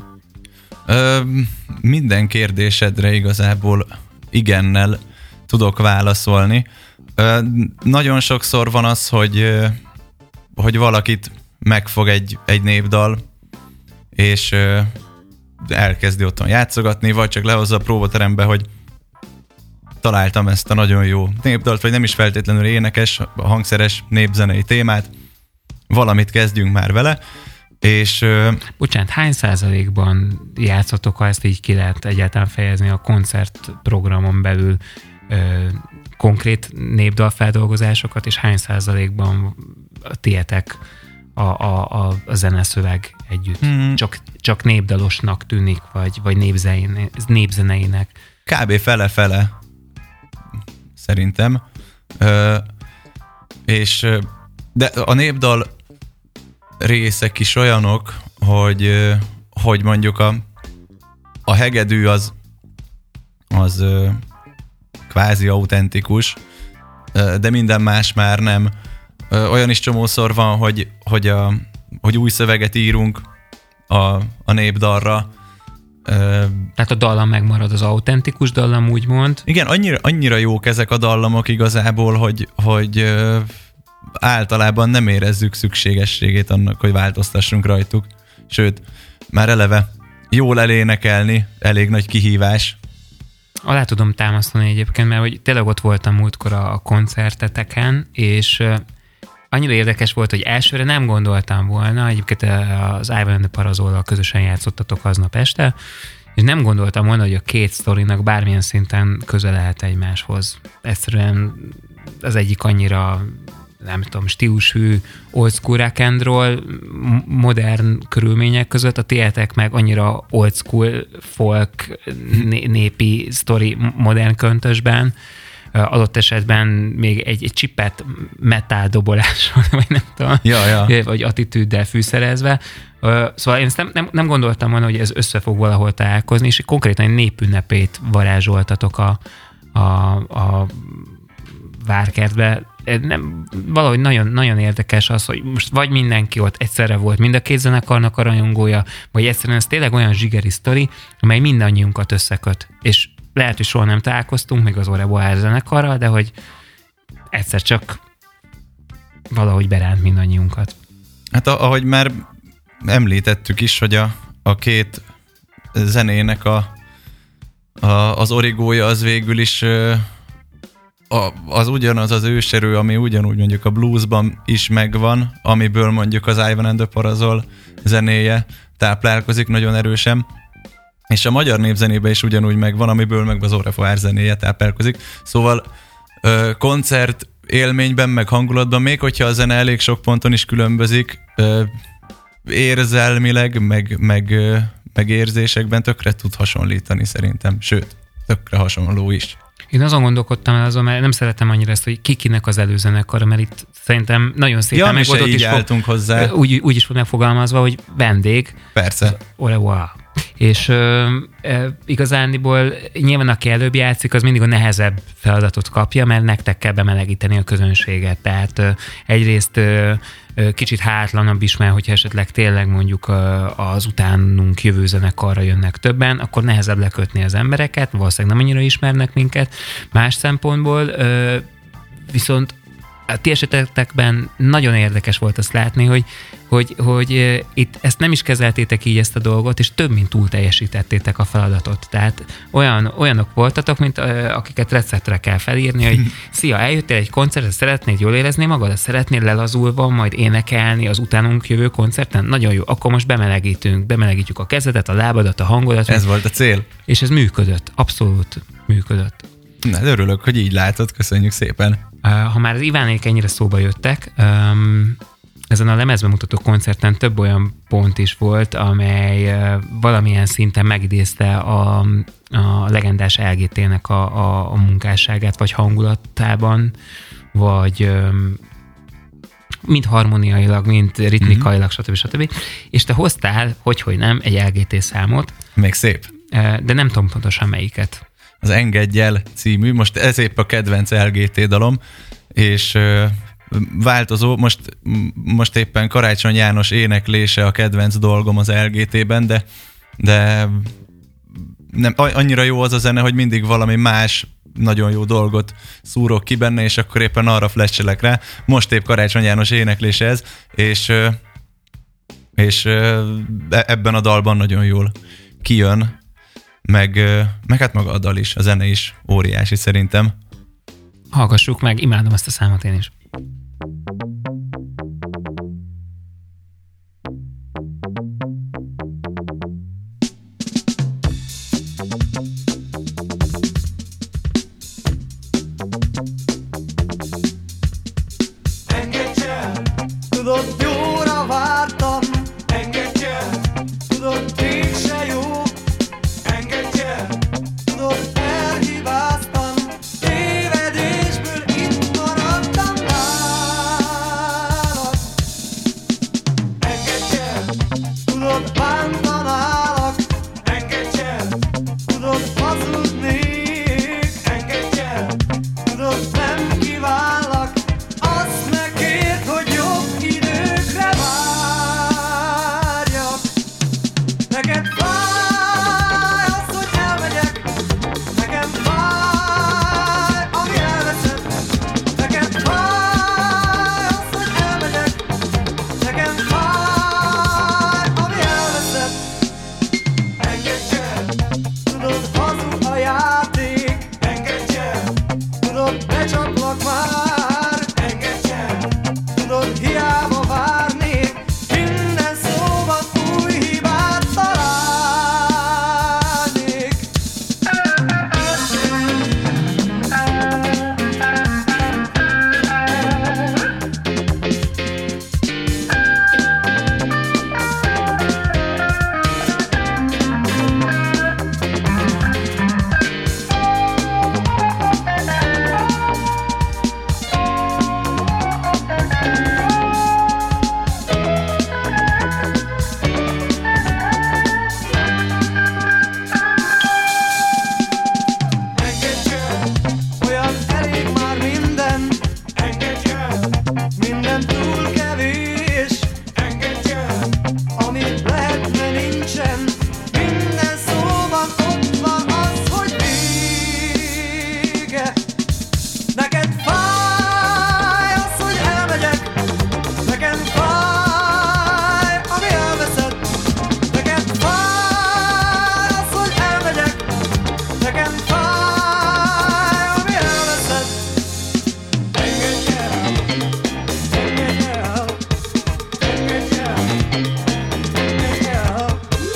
Minden kérdésedre igazából igennel tudok válaszolni. Nagyon sokszor van az, hogy valakit megfog egy népdal, és elkezdi otthon játszogatni, vagy csak lehozza a próbaterembe, hogy találtam ezt a nagyon jó népdalt, vagy nem is feltétlenül énekes, hangszeres népzenei témát, valamit kezdjünk már vele, és... Bocsánat, hány százalékban játszotok, ha ezt így ki lehet egyáltalán fejezni a koncertprogramon belül konkrét népdalfeldolgozásokat, és hány százalékban tietek a zeneszöveg együtt? Csak népdalosnak tűnik, vagy népzeneinek? Kb. Fele-fele szerintem. De a népdal részek is olyanok, hogy mondjuk a hegedű az kvázi autentikus, de minden más már nem. Olyan is csomószor van, hogy új szöveget írunk a népdalra. Tehát a dallam megmarad, az autentikus dallam, úgymond. Igen, annyira jók ezek a dallamok igazából, hogy általában nem érezzük szükségességét annak, hogy változtassunk rajtuk. Sőt, már eleve jól elénekelni elég nagy kihívás. Alá tudom támasztani egyébként, mert hogy tényleg ott voltam múltkor a koncerteteken, és annyira érdekes volt, hogy elsőre nem gondoltam volna, egyébként az Ivan and the Parazollal közösen játszottatok aznap este, és nem gondoltam volna, hogy a két sztorinak bármilyen szinten köze lehet egymáshoz. Egyszerűen az egyik annyira, nem tudom, stílushű, old school rock and roll, modern körülmények között, a tietek meg annyira old school folk, népi sztori modern köntösben, adott esetben még egy csipet metal dobolással, vagy nem tudom, vagy attitűddel fűszerezve. Szóval én ezt nem gondoltam volna, hogy ez össze fog valahol találkozni, és konkrétan egy népünnepét varázsoltatok a Várkertbe. Valahogy nagyon, nagyon érdekes az, hogy most vagy mindenki ott egyszerre volt, mind a két zenekarnak a rajongója, vagy egyszerűen ez tényleg olyan zsigeri sztori, amely mindannyiunkat összeköt. És lehet, hogy soha nem találkoztunk még az Au Revoir zenekarral, de hogy egyszer csak valahogy beránt mindannyiunkat. Hát ahogy már említettük is, hogy a két zenének az origója az végül is az ugyanaz az őserő, ami ugyanúgy mondjuk a bluesban is megvan, amiből mondjuk az Ivan and the Parazol zenéje táplálkozik nagyon erősen, és a magyar népzenében is ugyanúgy megvan, amiből meg az Au Revoir zenéje táplálkozik. Szóval koncert élményben, meg hangulatban, még hogyha a zene elég sok ponton is különbözik, érzelmileg, meg érzésekben tökre tud hasonlítani szerintem, sőt, tökre hasonló is. Én azon gondolkodtam el mert nem szeretem annyira ezt, hogy kinek az előzenekara, mert itt szerintem nagyon szépen megoldott is álltunk hozzá. Úgy is megfogalmazva, hogy vendég. Persze. Au revoir. És igazániból nyilván aki előbb játszik, az mindig a nehezebb feladatot kapja, mert nektek kell bemelegíteni a közönséget. Tehát egyrészt kicsit hátlanabb is, mert hogyha esetleg tényleg mondjuk az utánunk jövő zenekarra jönnek többen, akkor nehezebb lekötni az embereket, valószínűleg nem annyira ismernek minket. Más szempontból viszont a ti esetekben nagyon érdekes volt azt látni, hogy itt ezt nem is kezeltétek így ezt a dolgot, és több mint túl teljesítettétek a feladatot. Tehát olyanok voltatok, mint akiket receptre kell felírni, hogy szia, eljöttél egy koncertre, szeretnéd jól érezni magad, szeretnéd lelazulva majd énekelni az utánunk jövő koncerten? Nagyon jó, akkor most bemelegítjük a kezedet, a lábadat, a hangodat. Ez volt a cél. És ez működött, abszolút működött. Na, örülök, hogy így látod, köszönjük szépen. Ha már az Ivánék ennyire szóba jöttek, ezen a lemezbemutató koncerten több olyan pont is volt, amely valamilyen szinten megidézte a legendás LGT-nek a munkásságát, vagy hangulatában, vagy mind harmoniailag, mind ritmikailag, stb. És te hoztál, hogy nem, egy LGT számot. Még szép. De nem tudom pontosan melyiket. Az Engedj el című, most ez épp a kedvenc LGT dalom, és változó, most éppen Karácsony János éneklése a kedvenc dolgom az LGT-ben, de nem, annyira jó az a zene, hogy mindig valami más nagyon jó dolgot szúrok ki benne, és akkor éppen arra flashelek rá. Most épp Karácsony János éneklése ez, és ebben a dalban nagyon jól kijön, meg hát maga a dal is, a zene is óriási szerintem. Hallgassuk meg, imádom ezt a számot én is. Engedj el, tudod, jóra vártam. Engedj el, tudod, mégse jó. Engedj el, tudod, elhibáztam. Tévedésből itt maradtam nálad. Engedj el, tudod, bántanálak. Engedj el, tudod, hazudnék. Engedj el, tudod, nem kívánlak. Azt megkérd, hogy jobb időkre várjak. Neked fáj az, hogy elmegyek. Nekem fáj, ami elveszed. Nekem fáj az, hogy elmegyek. Nekem fáj, ami elveszed. Engedj el, tudod, hazug a játék. Engedj el, tudod, becsaplak már. Engedj el, tudod, hiába várnék. Minden szóban új hibát találnék. Engedj el, olyan elég már minden. Engedj el, minden túl kevés. Engedj el, ami lehetne nincsen. Minden szóban ott van az, hogy vége. Neked fáj az, hogy elmegyek. Nekem fáj, ami elveszed. Neked fáj az, hogy elmegyek. Nekem fáj, ami elveszed. Engedj el, engedj el, engedj el, engedj el.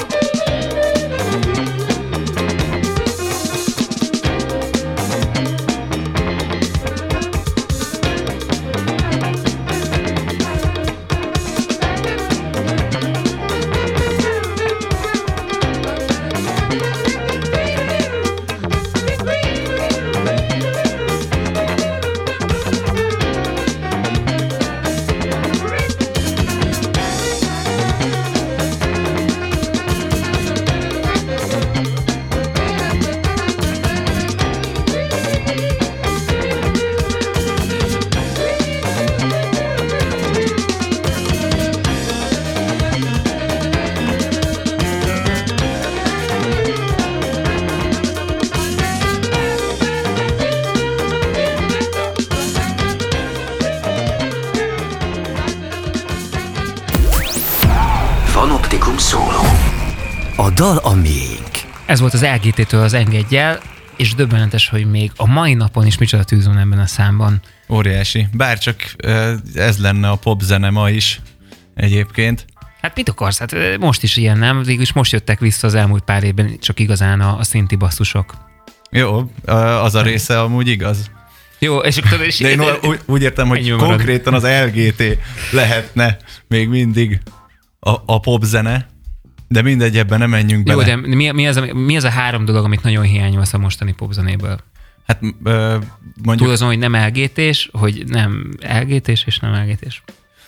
Panoptikum szóló. A dal a miénk. Ez volt az LGT-től az Engedj el, és döbbenetes, hogy még a mai napon is micsoda tűz van ebben a számban. Óriási. Bárcsak ez lenne a popzene ma is egyébként. Hát mit akarsz? Hát most is ilyen, nem? Végülis most jöttek vissza az elmúlt pár évben csak igazán a szinti basszusok. Jó, az a része amúgy igaz. Jó, és akkor De én úgy értem, hogy konkrétan az LGT lehetne még mindig a popzene, de mindegy, ebben nem menjünk bele. Jó, de mi az a 3 dolog, amit nagyon hiányolsz a mostani popzenéből? Hát mondjuk... Túl azon, hogy nem LGT-s, hogy nem LGT-s és nem LGT-s.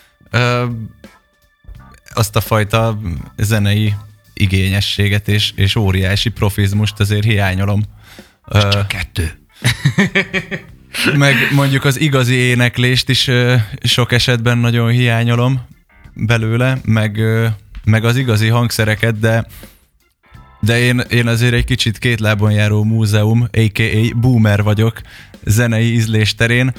Azt a fajta zenei igényességet és óriási profizmust azért hiányolom. Csak 2. Meg mondjuk az igazi éneklést is sok esetben nagyon hiányolom belőle, meg az igazi hangszereket, de én azért egy kicsit két lábon járó múzeum, a.k.a. boomer vagyok zenei ízlés terén.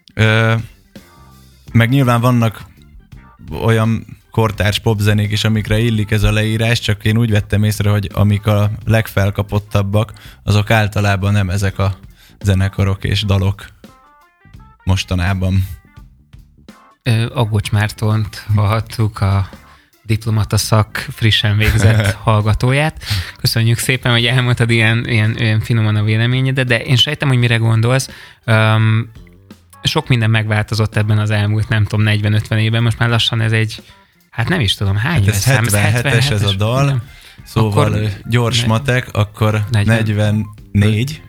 Meg nyilván vannak olyan kortárs popzenék is, amikre illik ez a leírás, csak én úgy vettem észre, hogy amik a legfelkapottabbak, azok általában nem ezek a zenekarok és dalok mostanában. Aggocs Mártont hallhattuk, a diplomata szak frissen végzett hallgatóját. Köszönjük szépen, hogy elmondtad ilyen finoman a véleményedet, de én sejtem, hogy mire gondolsz. Sok minden megváltozott ebben az elmúlt, nem tudom, 40-50 évben. Most már lassan ez egy, hát nem is tudom, hány hát ez 77-es ez a dal, nem? Szóval akkor gyors matek, akkor 44.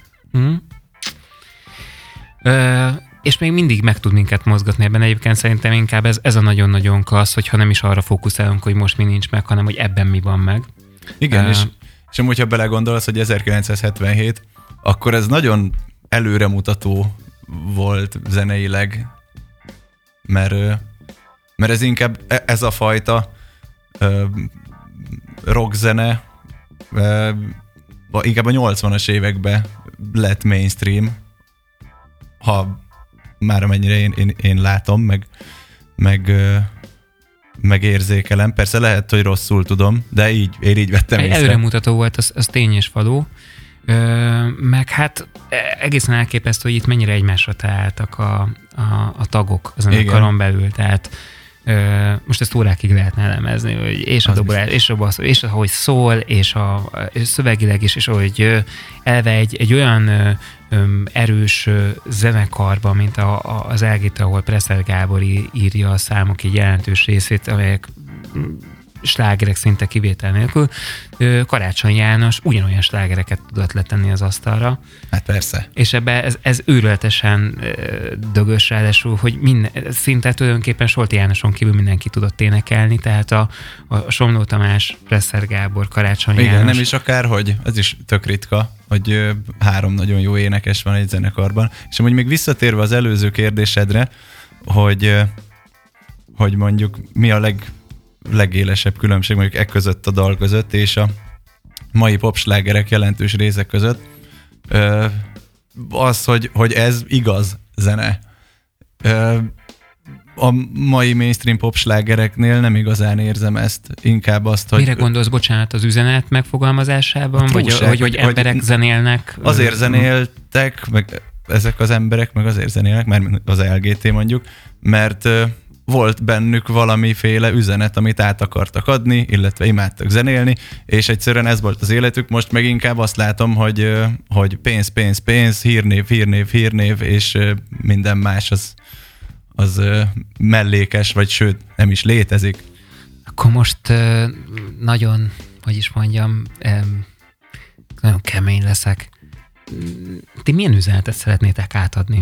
És még mindig meg tud minket mozgatni ebben. Egyébként szerintem inkább ez a nagyon-nagyon klassz, hogyha nem is arra fókuszálunk, hogy most mi nincs meg, hanem hogy ebben mi van meg. Igen, és amúgy, ha belegondolsz, hogy 1977, akkor ez nagyon előremutató volt zeneileg, mert ez inkább ez a fajta rockzene inkább a 80-as években lett mainstream, ha már amennyire én látom, meg érzékelem. Persze lehet, hogy rosszul tudom, de én így vettem észre. Előremutató volt, az tény és való. Meg hát egészen elképesztő, hogy itt mennyire egymásra találtak a tagok az a karon belül. Tehát most ezt órákig lehetne elemezni, hogy és a dobolás, és a basszó, és ahogy szól, és a szövegileg is, és ahogy elve egy olyan erős zenekarban, mint az LGT, ahol Presser Gábor írja a számok egy jelentős részét, amelyek slágerek szinte kivétel nélkül. Karácsony János ugyanolyan slágereket tudott letenni az asztalra. Hát persze. És ebben ez őrületesen dögös, ráadásul, hogy szinte tulajdonképpen Solti Jánoson kívül mindenki tudott énekelni, tehát a Somló Tamás, Presser Gábor, Karácsony János. Igen, nem is akárhogy, ez is tök ritka, hogy 3 nagyon jó énekes van egy zenekarban. És amúgy még visszatérve az előző kérdésedre, hogy mondjuk mi a legélesebb különbség mondjuk között a dal között és a mai popslágerek jelentős részek között, az, hogy ez igaz zene. A mai mainstream popslágereknél nem igazán érzem ezt, inkább azt, hogy... Mire gondolsz, bocsánat, az üzenet megfogalmazásában? Vagy emberek zenélnek? Azért zenéltek, meg ezek az emberek, meg azért zenélnek, mert az LGT mondjuk, mert volt bennük valamiféle üzenet, amit át akartak adni, illetve imádtak zenélni, és egyszerűen ez volt az életük. Most meg inkább azt látom, hogy pénz, hírnév, és minden más az mellékes, vagy sőt, nem is létezik. Akkor most nagyon, hogy is mondjam, nagyon kemény leszek. Ti milyen üzenetet szeretnétek átadni?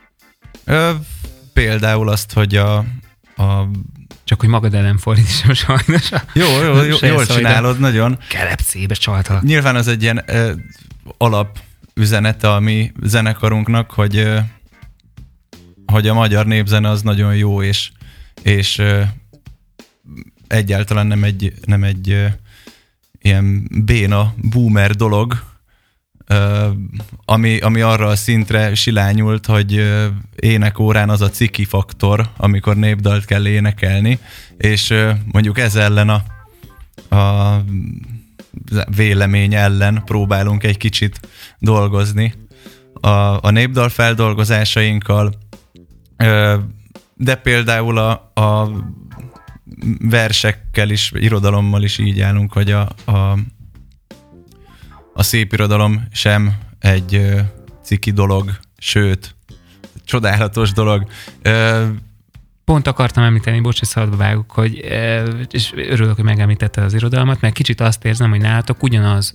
Például azt, hogy csak hogy magad ellen fordítsam sajnos. Jól csinálod, nagyon. Kelepcébe csaltalak. Nyilván az egy ilyen alap üzenete a mi zenekarunknak, hogy a magyar népzene az nagyon jó, és egyáltalán nem egy ilyen béna boomer dolog, ami arra a szintre silányult, hogy énekórán az a ciki faktor, amikor népdalt kell énekelni, és mondjuk ez ellen a vélemény ellen próbálunk egy kicsit dolgozni a népdal feldolgozásainkkal, de például a versekkel is, irodalommal is így állunk, hogy a szép irodalom sem egy ciki dolog, sőt, csodálatos dolog. Pont akartam említeni, bocs, hogy szabadba vágok, hogy, és örülök, hogy megemlítetted az irodalmat, mert kicsit azt érzem, hogy nálatok ugyanaz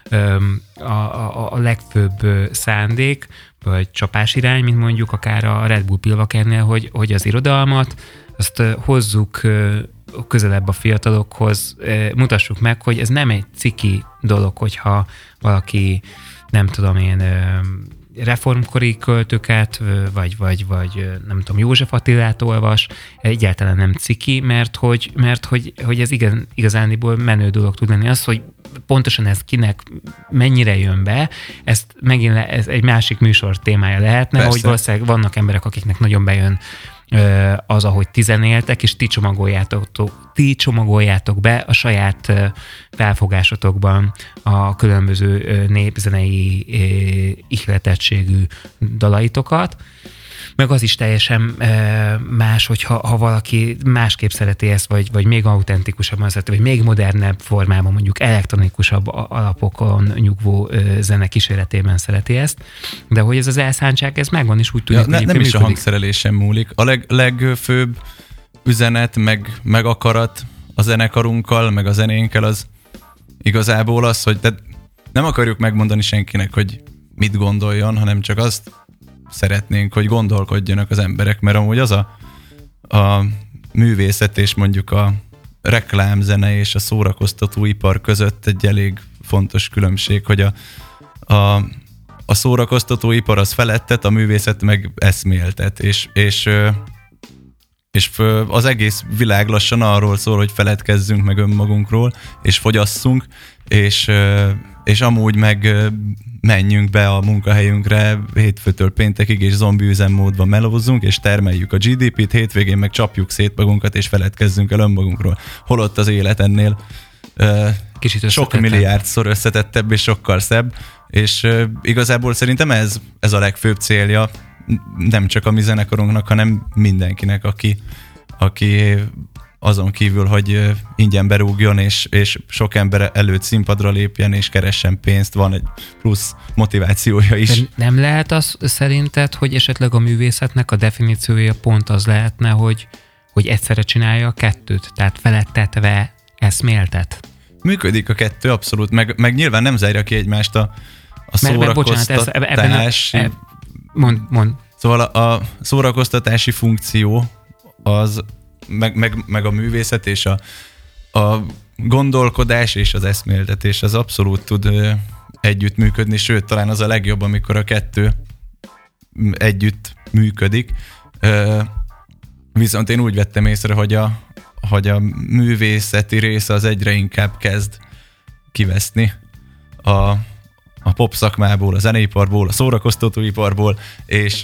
a legfőbb szándék, vagy csapásirány, mint mondjuk akár a Red Bull Pilvakernél, hogy az irodalmat, azt hozzuk közelebb a fiatalokhoz, mutassuk meg, hogy ez nem egy ciki dolog, hogyha valaki, nem tudom én, reformkori költőket, vagy nem tudom, József Attilát olvas, egyáltalán nem ciki, mert hogy ez igazániból menő dolog tud lenni. Az, hogy pontosan ez kinek mennyire jön be, ezt megint ez egy másik műsor témája lehetne, persze. Hogy valószínűleg vannak emberek, akiknek nagyon bejön az, ahogy tizenéltek, és ti csomagoljátok be a saját felfogásotokban a különböző népzenei ihletettségű dalaitokat. Meg az is teljesen más, hogyha valaki másképp szereti ezt, vagy még autentikusabban szereti, vagy még modernebb formában, mondjuk elektronikusabb alapokon nyugvó zene kíséretében szereti ezt, de hogy ez az elszántság, ez megvan, és úgy tűnik, hogy nem is a hangszerelésen múlik. A legfőbb üzenet, meg akarat a zenekarunkkal, meg a zenénkkel az igazából az, hogy nem akarjuk megmondani senkinek, hogy mit gondoljon, hanem csak azt szeretnénk, hogy gondolkodjanak az emberek, mert amúgy az a művészet és mondjuk a reklámzene és a szórakoztatóipar között egy elég fontos különbség, hogy a szórakoztatóipar az felettet, a művészet meg eszméltet, és az egész világ lassan arról szól, hogy feledkezzünk meg önmagunkról, és fogyasszunk, és amúgy meg menjünk be a munkahelyünkre hétfőtől péntekig, és zombi üzemmódban melózzunk, és termeljük a GDP-t, hétvégén meg csapjuk szét magunkat, és feledkezzünk el önmagunkról. Holott az élet ennél sok milliárdszor összetettebb, és sokkal szebb, és igazából szerintem ez a legfőbb célja, nem csak a mi zenekarunknak, hanem mindenkinek, aki azon kívül, hogy ingyen berúgjon, és sok ember előtt színpadra lépjen, és keressen pénzt, van egy plusz motivációja is. De nem lehet az szerinted, hogy esetleg a művészetnek a definíciója pont az lehetne, hogy egyszerre csinálja a kettőt, tehát felettetve eszméltet? Működik a kettő, abszolút, meg nyilván nem zárja ki egymást a szórakoztatási... Mond. Szóval a szórakoztatási funkció az meg a művészet és a gondolkodás és az eszméltetés az abszolút tud együtt működni, sőt, talán az a legjobb, amikor a kettő együtt működik. Viszont én úgy vettem észre, hogy a művészeti része az egyre inkább kezd kiveszni a pop szakmából, a zeneiparból, a szórakoztatóiparból, és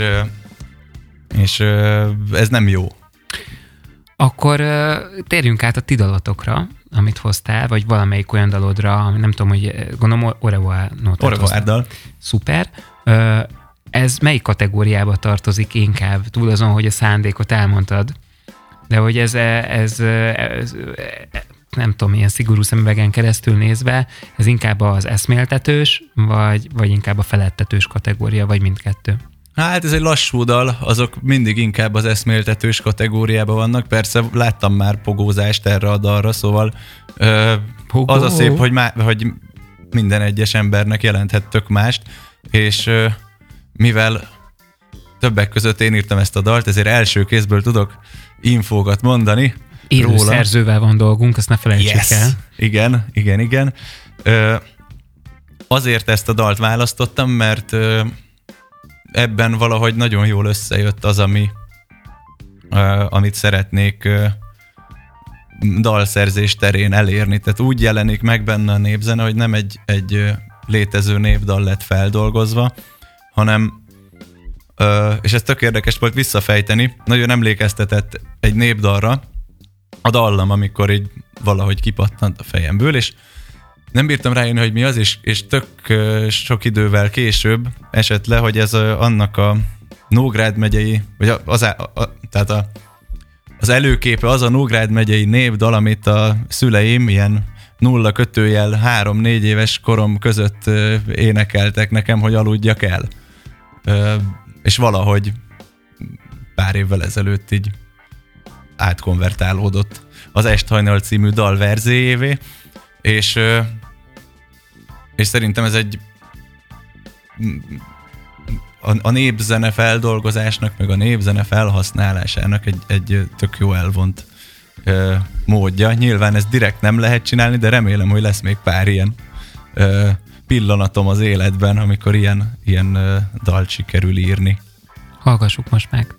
ez nem jó. Akkor térjünk át a ti dalotokra, amit hoztál, vagy valamelyik olyan dalodra, nem tudom, hogy gondolom Orevoir dal. Szuper. Ez melyik kategóriába tartozik inkább? Túl azon, hogy a szándékot elmondtad, de hogy ez nem tudom, ilyen szigorú szemüvegen keresztül nézve, ez inkább az eszméltetős, vagy inkább a felettetős kategória, vagy mindkettő? Hát ez egy lassú dal, azok mindig inkább az eszméltetős kategóriában vannak. Persze láttam már pogózást erre a dalra, szóval az a szép, hogy minden egyes embernek jelenthet tök mást, és mivel többek között én írtam ezt a dalt, ezért első kézből tudok infókat mondani róla. Szerzővel van dolgunk, azt ne felejtsük el. Igen. Azért ezt a dalt választottam, mert ebben valahogy nagyon jól összejött az, amit szeretnék dalszerzés terén elérni. Tehát úgy jelenik meg benne a népzene, hogy nem egy létező népdal lett feldolgozva, hanem, és ez tök érdekes volt visszafejteni, nagyon emlékeztetett egy népdalra a dallam, amikor így valahogy kipattant a fejemből, és nem bírtam rájönni, hogy mi az, és tök sok idővel később esett le, hogy ez annak a Nógrád megyei, vagy tehát az előképe az a Nógrád megyei népdal, amit a szüleim ilyen 0-3-4 éves korom között énekeltek nekem, hogy aludjak el. És valahogy pár évvel ezelőtt így átkonvertálódott az Esthajnal című dal verzéjévé, és szerintem ez egy a népzene feldolgozásnak, meg a népzene felhasználásának egy tök jó elvont módja. Nyilván ezt direkt nem lehet csinálni, de remélem, hogy lesz még pár ilyen pillanatom az életben, amikor ilyen dalt sikerül írni. Hallgassuk most meg.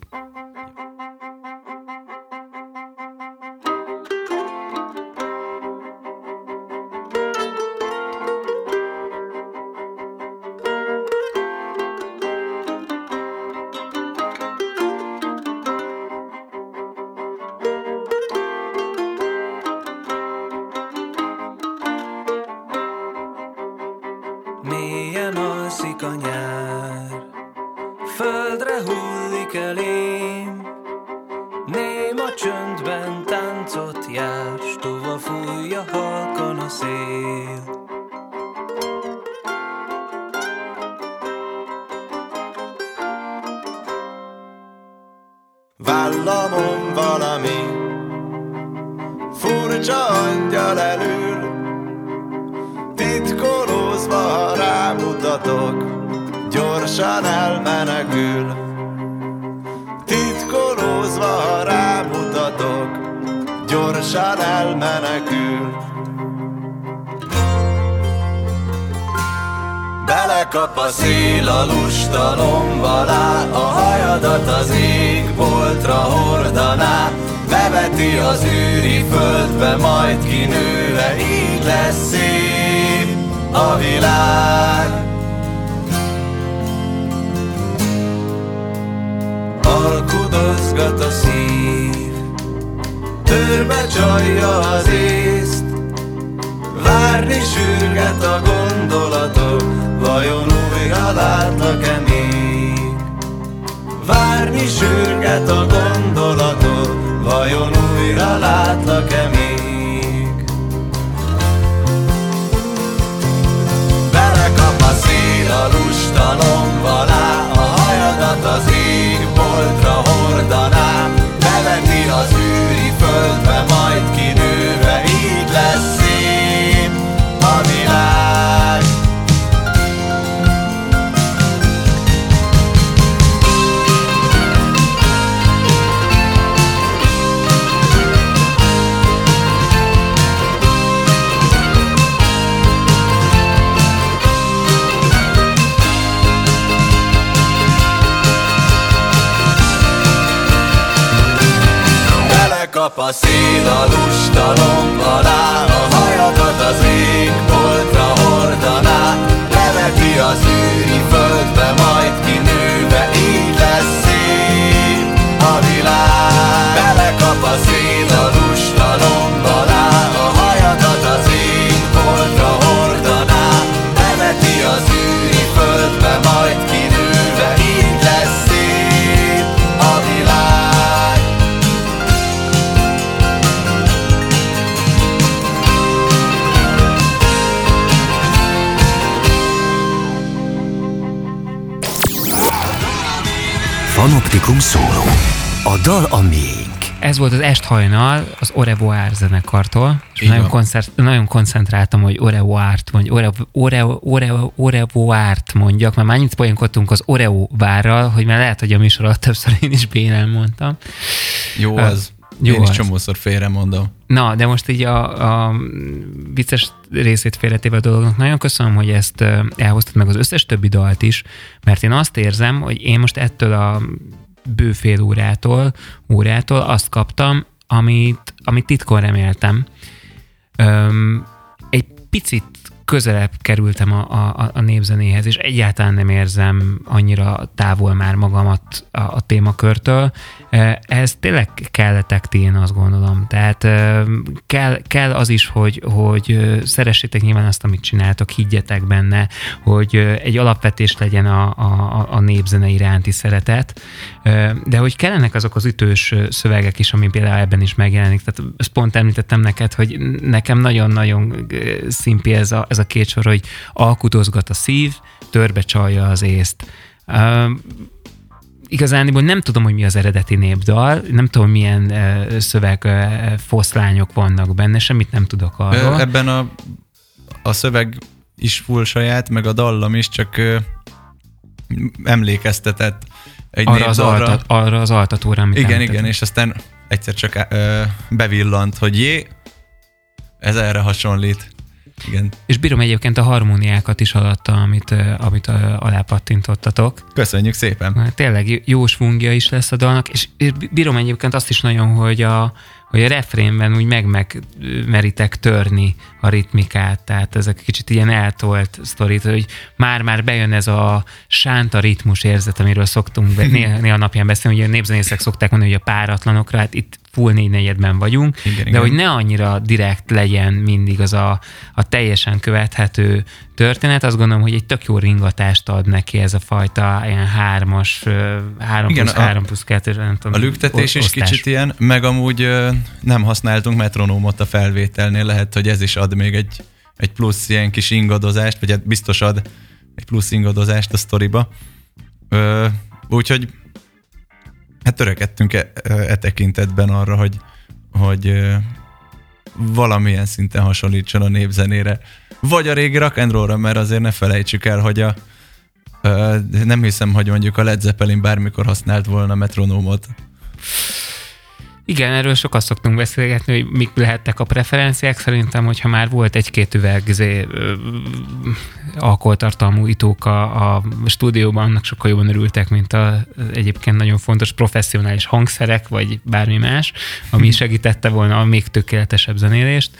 Mélyen alszik a nyár, földre hullik elém, néma csöndben táncot jár, s tova fújja halkan a szél. Vállamon valami furcsa angyal elül, titkolózva, ha rámutatok, gyorsan elmenekül. Titkolózva, ha rámutatok, gyorsan elmenekül. Belekap a szél a lusta lomb alá, a hajadat az égboltra hordaná, beveti az űri földbe, majd kinőve, így lesz szép a világ. Alkudozgat a szív, törbe csalja az észt, várni sürget a gondolatok, vajon újra látnak-e még? Várni sürget a gondolatok, vajon újra látlak-e még? Belekap a szél a lusta lomb alá, a hajadat az égboltra hordaná, beveti az űri földbe, majd kinőve, így lesz szép a világ. Kap a szél a lusta lomb alá, a hajadat az égboltra hordaná, beveti az űri földbe, majd kinőve, így lesz szép a világ. Belekap a szél a lusta lomb alá, a hajadat az égboltra hordaná, beveti az űri földbe, majd kinőve, így lesz szép a világ. Panoptikum szóló. A dal a miénk. Ez volt az Esthajnal az Au revoir zenekartól. Nagyon koncentráltam, hogy Au revoir-t mondjak, mert már annyit poénkodtunk az Oreo várral, hogy már lehet, hogy a műsor alatt többször én is bénán mondtam. Jó az. Én is csomószor félre mondom. Na, de most így a vicces részét félretéve a dolognak nagyon köszönöm, hogy ezt elhoztad meg az összes többi dalt is, mert én azt érzem, hogy én most ettől a bő fél órától azt kaptam, amit titkon reméltem. Egy picit közelebb kerültem a népzenéhez, és egyáltalán nem érzem annyira távol már magamat a témakörtől. Ez tényleg kelletek ti, én azt gondolom. Tehát kell az is, hogy szeressétek nyilván azt, amit csináltok, higgyetek benne, hogy egy alapvetés legyen a népzene iránti szeretet, de hogy kellenek azok az ütős szövegek is, ami például ebben is megjelenik. Tehát ezt pont említettem neked, hogy nekem nagyon-nagyon szimpi ez a két sor, hogy alkudozgat a szív, törbe csalja az észt. igazániból nem tudom, hogy mi az eredeti népdal, nem tudom, milyen szövegfoszlányok vannak benne, semmit nem tudok arról. Ebben a szöveg is full saját, meg a dallam is, csak emlékeztetett egy népdalra. Arra az altatóra, amit Igen, és aztán egyszer csak bevillant, hogy ez erre hasonlít. Igen. És bírom egyébként a harmóniákat is alatta, amit alápattintottatok. Köszönjük szépen. Tényleg jó svungja is lesz a dalnak, és bírom egyébként azt is nagyon, hogy a refrénben úgy megmeritek törni a ritmikát, tehát ezek kicsit ilyen eltolt sztorit, hogy már bejön ez a sánta ritmus érzet, amiről szoktunk néha napján beszélni, hogy a népzenészek szokták mondani, hogy a páratlanokra, hát itt full 4/4-ben vagyunk, igen. Hogy ne annyira direkt legyen mindig az a teljesen követhető történet, azt gondolom, hogy egy tök jó ringatást ad neki ez a fajta ilyen 3+3+2, nem tudom. A lüktetés is kicsit ilyen, meg amúgy nem használtunk metronómot a felvételnél, lehet, hogy ez is ad még egy plusz ilyen kis ingadozást, vagy hát biztos ad egy plusz ingadozást a sztoriba. Úgyhogy hát törekedtünk e tekintetben arra, hogy valamilyen szinten hasonlítson a népzenére. Vagy a régi rock and rollra, mert azért ne felejtsük el, hogy nem hiszem, hogy mondjuk a Led Zeppelin bármikor használt volna metronómot. Igen, erről sokat szoktunk beszélgetni, hogy mik lehettek a preferenciák. Szerintem, hogyha már volt egy-két üveg alkoholtartalmú itók a stúdióban, annak sokkal jobban örültek, mint egyébként nagyon fontos professzionális hangszerek, vagy bármi más, ami segítette volna a még tökéletesebb zenélést.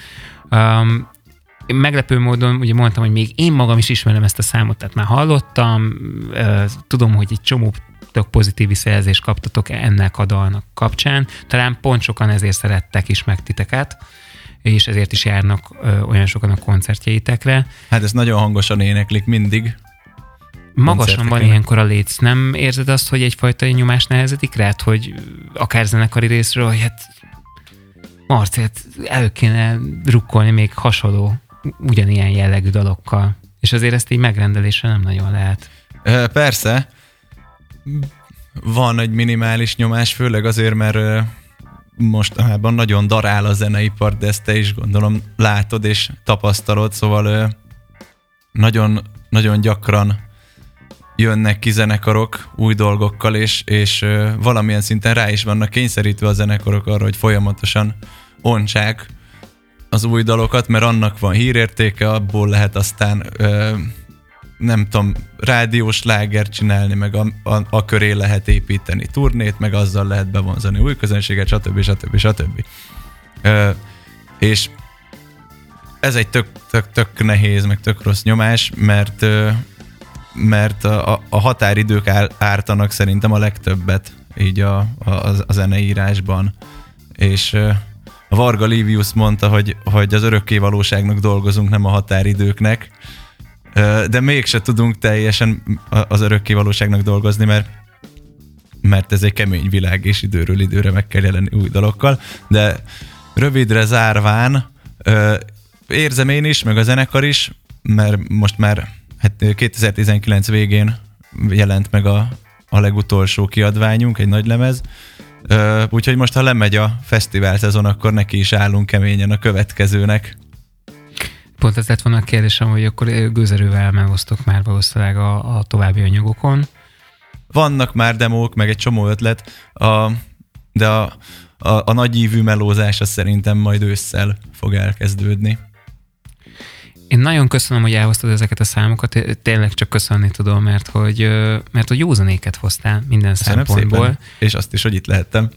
Meglepő módon ugye mondtam, hogy még én magam is ismerem ezt a számot, tehát már hallottam, tudom, hogy egy csomó tök pozitív visszajelzést kaptatok ennek a dalnak kapcsán. Talán pont sokan ezért szerettek is meg titeket, és ezért is járnak olyan sokan a koncertjeitekre. Hát ez nagyon hangosan éneklik mindig. Magasan van ilyenkor a léc. Nem érzed azt, hogy egyfajta nyomás nehezedik rád, hogy akár zenekari részről, hogy hát Marci, hát elő kéne rukkolni még hasonló, ugyanilyen jellegű dalokkal. És azért ezt így megrendelésre nem nagyon lehet. Persze. Van egy minimális nyomás, főleg azért, mert mostanában nagyon darál a zeneipar, de ezt te is gondolom látod és tapasztalod, szóval nagyon, nagyon gyakran jönnek ki zenekarok új dolgokkal, és valamilyen szinten rá is vannak kényszerítve a zenekarok arra, hogy folyamatosan ontsák az új dalokat, mert annak van hírértéke, abból lehet aztán nem tudom, rádiós slágert csinálni, meg a köré lehet építeni turnét, meg azzal lehet bevonzani új közönséget, stb. És ez egy tök nehéz, meg tök rossz nyomás, mert a határidők ártanak szerintem a legtöbbet így a zeneírásban. És a Varga Livius mondta, hogy az örökké valóságnak dolgozunk, nem a határidőknek, de mégse tudunk teljesen az örökké valóságnak dolgozni, mert ez egy kemény világ, és időről időre meg kell jelenni új dalokkal, de rövidre zárván érzem én is, meg a zenekar is, mert most már 2019 végén jelent meg a legutolsó kiadványunk, egy nagy lemez, úgyhogy most, ha lemegy a fesztivál szezon, akkor neki is állunk keményen a következőnek. Pont ez lett volna a kérdésem, hogy akkor gőzerővel megosztok már valószínűleg a további anyagokon. Vannak már demók, meg egy csomó ötlet, de a nagyívű melózás az szerintem majd ősszel fog elkezdődni. Én nagyon köszönöm, hogy elhoztad ezeket a számokat, tényleg csak köszönni tudom, mert hogy jó zenéket hoztál minden köszönöm szempontból. Szépen. És azt is, hogy itt lehettem.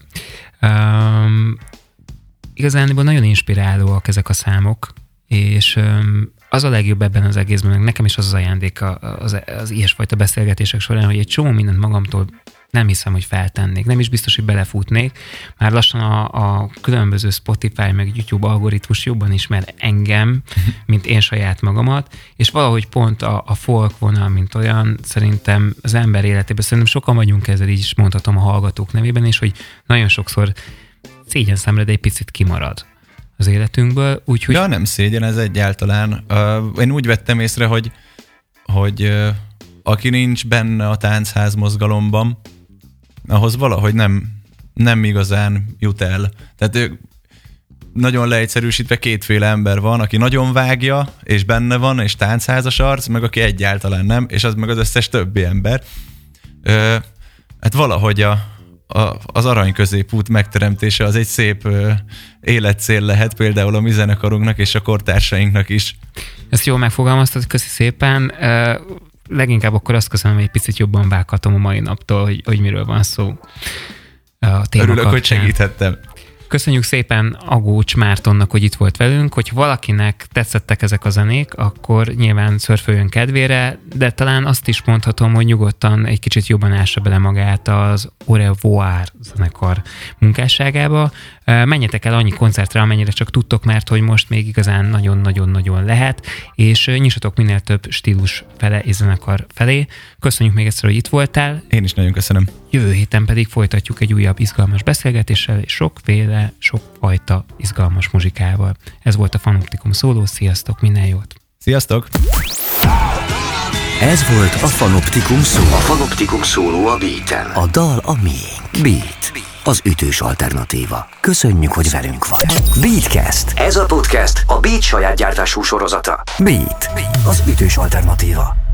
Igazából nagyon inspirálóak ezek a számok, és az a legjobb ebben az egészben, nekem is az ajándék az ilyesfajta beszélgetések során, hogy egy csomó mindent magamtól nem hiszem, hogy feltennék. Nem is biztos, hogy belefutnék. Már lassan a különböző Spotify meg YouTube algoritmus jobban ismer engem, mint én saját magamat, és valahogy pont a folk vonal, mint olyan, szerintem az ember életében, szerintem sokan vagyunk ezzel, így is mondhatom a hallgatók nevében, és hogy nagyon sokszor szégyen szemre, de egy picit kimarad az életünkből. Úgyhogy... Ja, nem szégyen ez egyáltalán. Én úgy vettem észre, hogy aki nincs benne a táncház mozgalomban, ahhoz valahogy nem igazán jut el. Tehát nagyon leegyszerűsítve kétféle ember van, aki nagyon vágja, és benne van, és táncházas arc, meg aki egyáltalán nem, és az meg az összes többi ember. Hát valahogy az arany középút megteremtése az egy szép életcél lehet például a mi zenekarunknak és a kortársainknak is. Ezt jól megfogalmaztad, köszi szépen. Leginkább akkor azt köszönöm, hogy egy picit jobban vághatom a mai naptól, hogy miről van szó a téma Örülök, kapcsán. hogy segíthettem. Köszönjük szépen Agócs Mártonnak, hogy itt volt velünk. Hogyha valakinek tetszettek ezek a zenék, akkor nyilván szörföljön kedvére, de talán azt is mondhatom, hogy nyugodtan egy kicsit jobban ássa bele magát az Au revoir zenekar munkásságába. Menjetek el annyi koncertre, amennyire csak tudtok, mert hogy most még igazán nagyon-nagyon-nagyon lehet, és nyissatok minél több stílus fele és zenekar felé. Köszönjük még egyszer, hogy itt voltál. Én is nagyon köszönöm. Jövő héten pedig folytatjuk egy újabb izgalmas beszélgetéssel, és sokfajta izgalmas muzsikával. Ez volt a Fanoptikum szóló. Sziasztok, minden jót! Sziasztok! Ez volt a Fanoptikum szóló. A Fanoptikum szóló a Beaten. A dal a miénk. Beat. Az ütős alternatíva. Köszönjük, hogy velünk vagy. Beatcast. Ez a podcast a Beat saját gyártású sorozata. Beat. Az ütős alternatíva.